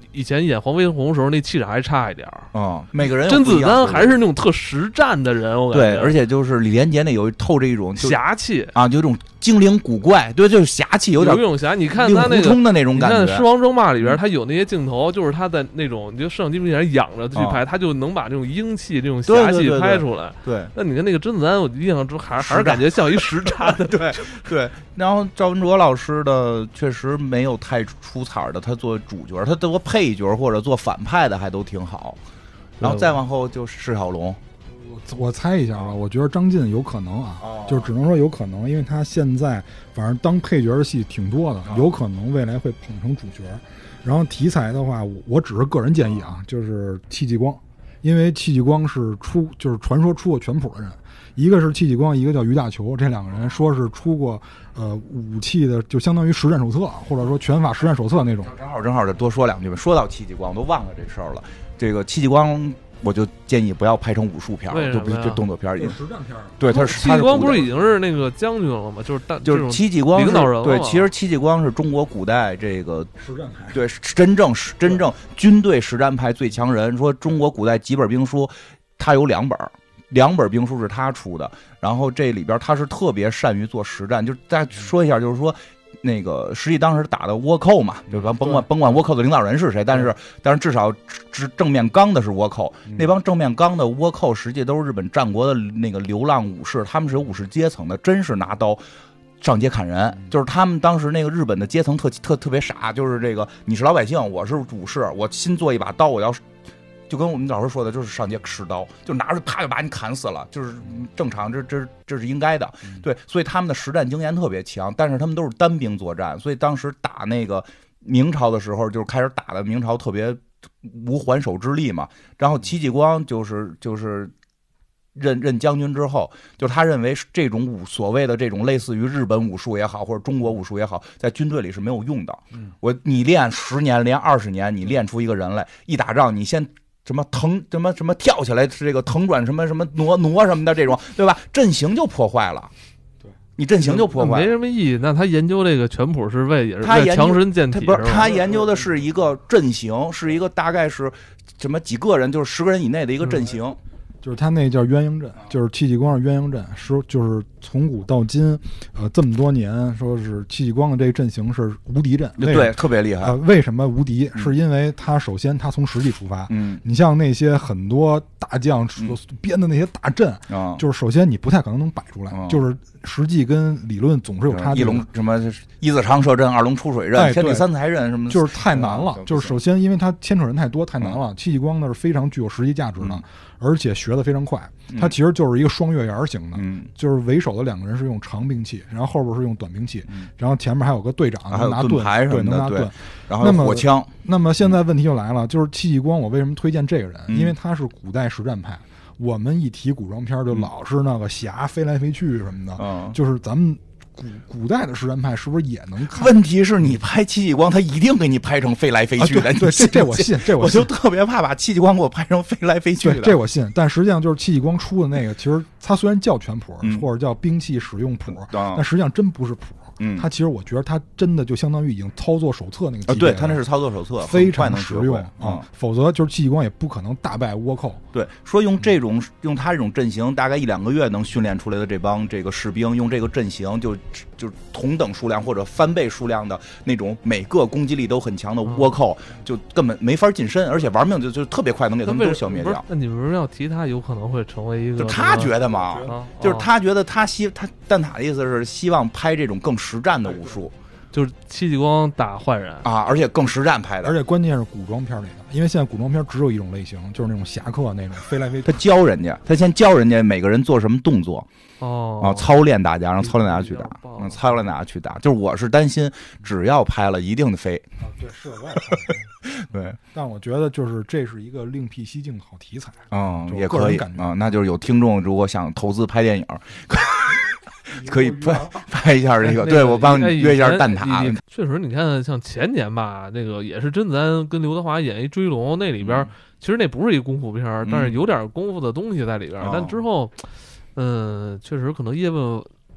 以前演黄飞鸿的时候那气场还差一点儿啊、嗯。每个人甄子丹还是那种特实战的人，我感觉对，而且就是李连杰那有透着一种侠气啊，就这种精灵古怪，对，就是侠气，有点有一种侠。你看他那个的那种感觉， 你看《狮王争霸》里边，他有那些镜头，就是他在那种你就摄像机面前仰着去拍，他就能把这种英气、这种侠气拍出来。 对， 那你看那个甄子丹，我印象中还还是感觉像一实战的。 对对。然后赵文卓老师的确实没有太出彩的，他做主角，他做配角或者做反派的还都挺好。然后再往后就是释小龙。 我猜一下吧，我觉得张晋有可能啊， 哦、 就只能说有可能，因为他现在反正当配角的戏挺多的，有可能未来会捧成主角。然后题材的话，我只是个人建议啊，就是戚继光，因为戚继光是出就是传说出过拳谱的人，一个是戚继光，一个叫于大球，这两个人说是出过呃武器的，就相当于实战手册或者说拳法实战手册那种。 正好正好再多说两句吧。说到戚继光，我都忘了这事儿了。这个戚继光。我就建议不要拍成武术片，就不这动作片， 实战片。 对，他是戚继光不是已经是那个将军了吗？就是大就是戚继光领导人了。 对，其实戚继光是中国古代这个实战派， 对，真正真正军队实战派最强人。说中国古代几本兵书，他有两本，两本兵书是他出的。然后这里边他是特别善于做实战。就大家说一下，就是说。那个实际当时打的倭寇嘛，就甭甭管甭管倭寇的领导人是谁，但是但是至少正正面刚的是倭寇，那帮正面刚的倭寇实际都是日本战国的那个流浪武士，他们是有武士阶层的，真是拿刀上街砍人。就是他们当时那个日本的阶层特特特别傻，就是这个你是老百姓，我是武士，我新做一把刀，我要。就跟我们老师说的，就是上街持刀，就拿着啪就把你砍死了，就是正常，这这这是应该的，对，所以他们的实战经验特别强，但是他们都是单兵作战，所以当时打那个明朝的时候，就是开始打的明朝特别无还手之力嘛。然后戚继光就是就是任任将军之后，就他认为这种武所谓的这种类似于日本武术也好，或者中国武术也好，在军队里是没有用的。我你练十年，练二十年，你练出一个人来，一打仗你先。什么腾什么什么跳起来是这个腾转什么什么挪挪什么的这种，对吧？阵型就破坏了， 对， 你阵型就破坏了， 没什么意义。那他研究这个拳谱是为也是他强身健体， 不是他研究的是一个阵型，是一个大概是什么几个人，就是十个人以内的一个阵型。嗯就是他那叫鸳鸯阵，就是戚继光是鸳鸯阵，说就是从古到今，呃，这么多年，说是戚继光的这个阵型是无敌阵， 对，特别厉害。 呃，为什么无敌？是因为他首先他从实际出发， 嗯， 你像那些很多大将编的那些大阵， 嗯、 就是首先你不太可能能摆出来， 嗯、 就是实际跟理论总是有差距。 一龙什么一字长射阵、二龙出水阵、 哎、 天地三才阵什么的， 就是太难了。 嗯、 就是首先因为他牵扯人太多，太难了。戚继光呢是非常具有实际价值的。 嗯而且学得非常快，他其实就是一个双月牙型的， 嗯、 就是为首的两个人是用长兵器，然后后边是用短兵器， 嗯、 然后前面还有个队长能拿盾牌什么的， 对，能拿盾， 然后火枪。 那么现在问题就来了，就是戚继光，我为什么推荐这个人？ 嗯、 因为他是古代实战派。我们一提古装片，就老是那个侠飞来飞去什么的， 嗯、 就是咱们。古古代的实战派是不是也能看？ 问题是你拍戚继光，他一定给你拍成飞来飞去的。 啊、对, 对，这这我信，这我信。我就特别怕把戚继光给我拍成飞来飞去的。 这我信。但实际上就是戚继光出的那个，其实他虽然叫拳谱、 嗯、 或者叫兵器使用谱， 嗯、 但实际上真不是谱。 嗯， 他其实我觉得他真的就相当于已经操作手册那个级别、 啊，对他那是操作手册， 非常实用啊、 嗯。否则就是戚继光也不可能大败倭寇。 对，说用这种用他这种阵型，大概一两个月能训练出来的这帮这个士兵，用这个阵型就就同等数量或者翻倍数量的那种每个攻击力都很强的倭寇，嗯、就根本没法近身，而且玩命就就特别快能给他们都消灭掉。 那你们要提他有可能会成为一个， 就他觉得嘛， 啊、 就是他觉得他希他蛋挞的意思是希望拍这种更实战的武术。 就是戚继光打坏人啊，而且更实战拍的， 而且关键是古装片里的，因为现在古装片只有一种类型，就是那种侠客那种飞来飞去。 他教人家，他先教人家每个人做什么动作， 哦， 啊，操练大家，让操练大家去打，嗯，操练大家去打。就是我是担心，只要拍了，一定得飞。 啊，对，是我也对， 但我觉得就是这是一个另辟蹊径的好题材， 嗯，也可以啊、 嗯，那就是有听众如果想投资拍电影。可以拍拍一下这个，对我帮你约一下蛋挞。 确实，你看像前年吧，那个也是甄子丹跟刘德华演一《追龙》，那里边、嗯、其实那不是一功夫片、嗯，但是有点功夫的东西在里边。嗯、但之后，嗯，确实可能叶问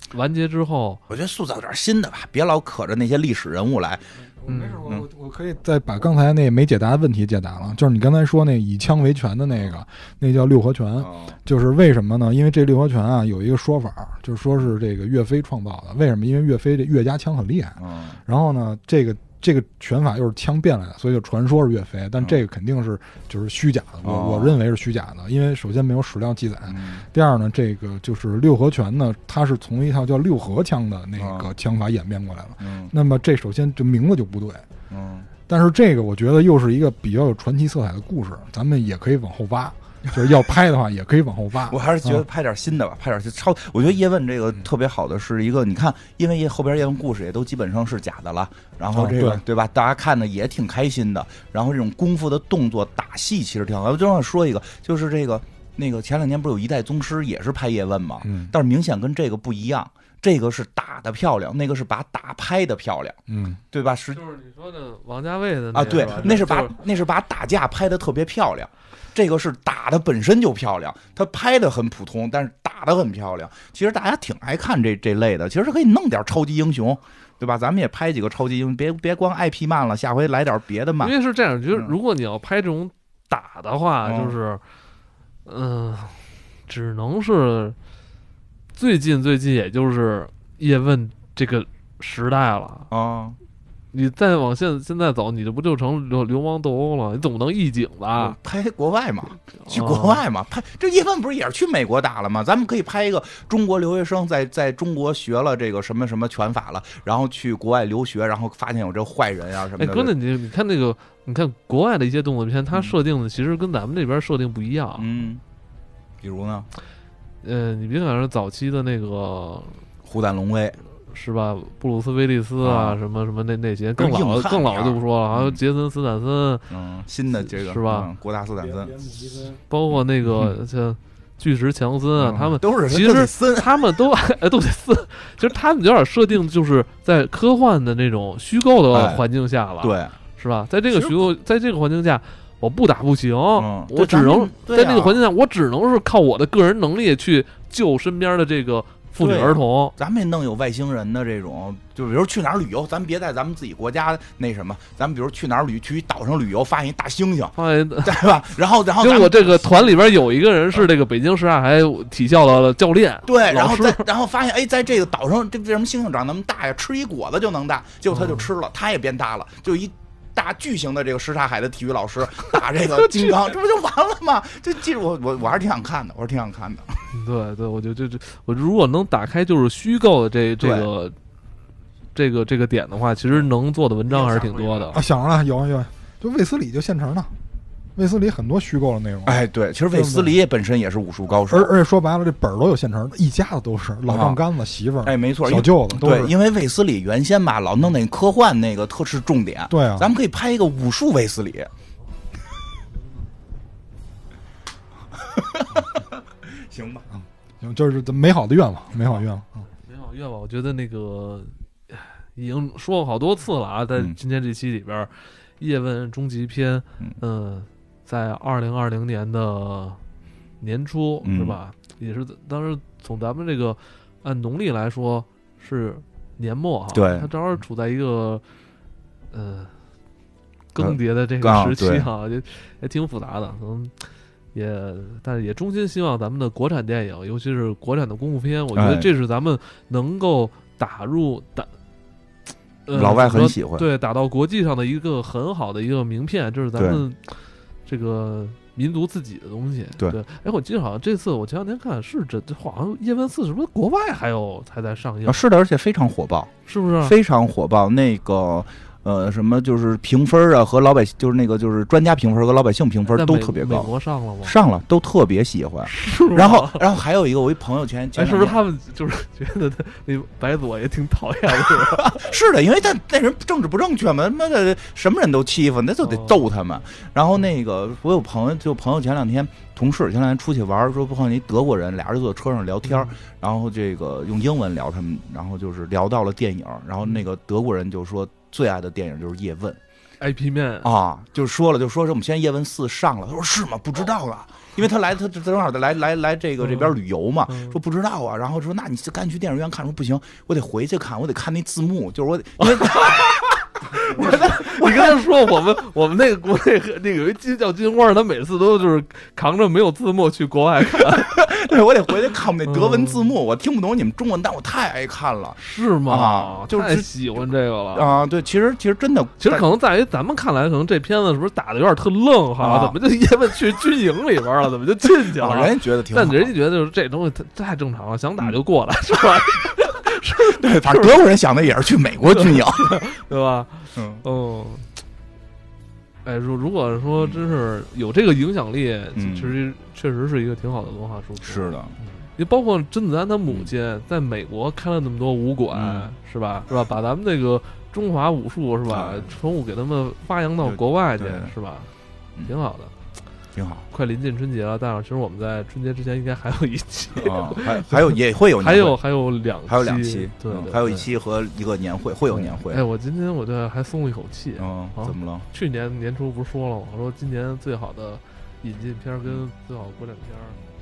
完结之后， 我觉得塑造点新的吧，别老可着那些历史人物来。 没事，我我我可以再把刚才那没解答的问题解答了，就是你刚才说那以枪为权的那个，那叫六合拳， 哦、 就是为什么呢？因为这六合拳啊有一个说法，就是说是这个岳飞创造的。为什么？因为岳飞这岳家枪很厉害， 嗯、 然后呢，这个这个拳法又是枪变来的，所以就传说是岳飞，但这个肯定是就是虚假的，我、 哦、 我认为是虚假的，因为首先没有史料记载， 嗯、 第二呢，这个就是六合拳呢，它是从一套叫六合枪的那个枪法演变过来了， 嗯、 那么这首先就名字就不对。 嗯， 但是这个我觉得又是一个比较有传奇色彩的故事，咱们也可以往后挖，就是要拍的话也可以往后挖。 我还是觉得拍点新的吧，嗯、拍点新超。我觉得叶问这个特别好的是一个，你看，因为后边叶问故事也都基本上是假的了，然后这个、 啊、 对, 对吧？大家看的也挺开心的，然后这种功夫的动作打戏其实挺好。我正想说一个，就是这个那个前两年不是有一代宗师也是拍叶问嘛， 嗯， 但是明显跟这个不一样。这个是打的漂亮，那个是把打拍的漂亮， 嗯， 对吧？是就是你说的王家卫的那啊，对，那是把、 就是、 那是把打架拍的特别漂亮，这个是打的本身就漂亮，他拍的很普通，但是打的很漂亮。其实大家挺爱看这这类的，其实可以弄点超级英雄，对吧？咱们也拍几个超级英雄，别别光 I P 慢了，下回来点别的慢。 因为是这样，就是如果你要拍这种打的话， 嗯、 就是，嗯、呃，只能是。最近最近也就是叶问这个时代了啊！ 你再往现现在走，你这不就成流流氓斗殴了？你总不能一景吧？ 拍国外嘛，去国外嘛，拍这叶问不是也是去美国打了吗？咱们可以拍一个中国留学生在在中国学了这个什么什么拳法了，然后去国外留学，然后发现有这坏人啊什么的。 哎，关键你你看那个，你看国外的一些动作片，它设定的其实跟咱们这边设定不一样。 嗯，比如呢？ 呃，你别看是早期的那个虎胆龙威是吧？布鲁斯威利斯啊， 啊什么什么那那些更老更老就不说了，还有杰森斯坦森， 嗯，新的这个是吧？ 嗯、国大斯坦森， 包括那个像巨石强森啊， 嗯、 他们都是其实他们都哎都得森，其实他们有点设定就是在科幻的那种虚构的环境下了， 哎、对， 是吧？在这个虚构在这个环境下。我不打不行， 嗯、 我只能、 啊、 在这个环境下，我只能是靠我的个人能力去救身边的这个妇女儿童。 啊、咱们也弄有外星人的这种，就比如去哪儿旅游，咱们别在咱们自己国家那什么，咱们比如去哪儿旅去岛上旅游，发现一大猩猩，对吧？然后然后结果这个团里边有一个人是这个北京什刹海体校的教练， 对，然后再然后发现哎，在这个岛上这为什么猩猩长那么大呀？吃一果子就能大，结果他就吃了，嗯、他也变大了，就一。大巨型的这个什刹海的体育老师打这个金刚，这不就完了吗？这其实我我我还是挺想看的，我是挺想看的。 对对，我就就这我如果能打开就是虚构的这这个这个这个点的话，其实能做的文章还是挺多的啊。想着了，有有，就卫斯理就现成的。卫斯理很多虚构的内容， 哎，对，其实卫斯理本身也是武术高手， 而而且说白了，这本儿都有现成的，一家子都是老丈杆子、啊、媳妇儿， 哎，没错， 小舅子都是。 对，因为卫斯理原先吧，老弄那科幻那个特是重点， 对啊， 咱们可以拍一个武术卫斯理，行吧， 嗯，行，就是美好的愿望，美好愿望，嗯， 美好愿望，我觉得那个已经说过好多次了啊，在今天这期里边，嗯、叶问终极篇，嗯。呃在二零二零年的年初、嗯、是吧？也是当时从咱们这个按农历来说是年末哈， 对， 它正好处在一个呃更迭的这个时期哈，也也挺复杂的，可能也但是也衷心希望咱们的国产电影，尤其是国产的功夫片，我觉得这是咱们能够打入打。呃、 老外很喜欢， 对，打到国际上的一个很好的一个名片，这是咱们。这个民族自己的东西， 对， 哎，我记得好像这次我前两天看是这，好像叶问四是不是国外还有还在上映？ 啊，是的，而且非常火爆， 是不是？ 非常火爆，那个呃什么就是评分啊和老百姓就是那个就是专家评分和老百姓评分都特别高。 美国上了吗？ 上了，都特别喜欢。然后然后还有一个我一朋友圈， 哎，是不是他们就是觉得他那白左也挺讨厌的？ 是的，因为他那人政治不正确嘛，他妈的什么人都欺负，那就得揍他们。哦、然后那个我有朋友，就朋友前两天同事前两天出去玩，说不好你德国人，俩人坐车上聊天，嗯、然后这个用英文聊他们，然后就是聊到了电影，然后那个德国人就说最爱的电影就是叶问。 I P 面啊，就说了，就说是我们现在叶问四上了，他说是吗？不知道啊。因为他来，他正好来来来这个这边旅游嘛， 嗯、 说不知道啊，然后说那你就赶紧去电影院看，说不行，我得回去看，我得看那字幕，就是我，因为我你跟他说我们我们那个国内那个有一金叫金花，他每次都就是扛着没有字幕去国外看， 对我得回去看我们那德文字幕，嗯、我听不懂你们中文，但我太爱看了， 是吗？ 啊、就是太喜欢这个了啊！对，其实其实真的， 其实可能在于咱们看来，可能这片子是不是打的有点特愣哈？啊、怎么就叶问去军营里边了？怎么就进去了？ 啊、人家觉得挺好， 但人家觉得就是这东西太太正常了，想打就过来，是吧？ 是，对，反正德国人想的也是去美国军营， 对吧？ 嗯哦，哎，如如果说真是有这个影响力， 嗯、 其实确实是一个挺好的文化输出。 是的， 也包括甄子丹他母亲在美国开了那么多武馆， 嗯、 是吧？是吧？把咱们那个中华武术是吧，纯武给他们发扬到国外去，是吧？挺好的。 挺好， 快临近春节了，但是其实我们在春节之前应该还有一期啊，还还有也会有还有还有两期还有两期， 对， 嗯，还有一期和一个年会会有年会。 哎，我今天我这还松了一口气， 嗯，怎么了？ 去年年初不是说了吗？我说今年最好的引进片跟最好国产片。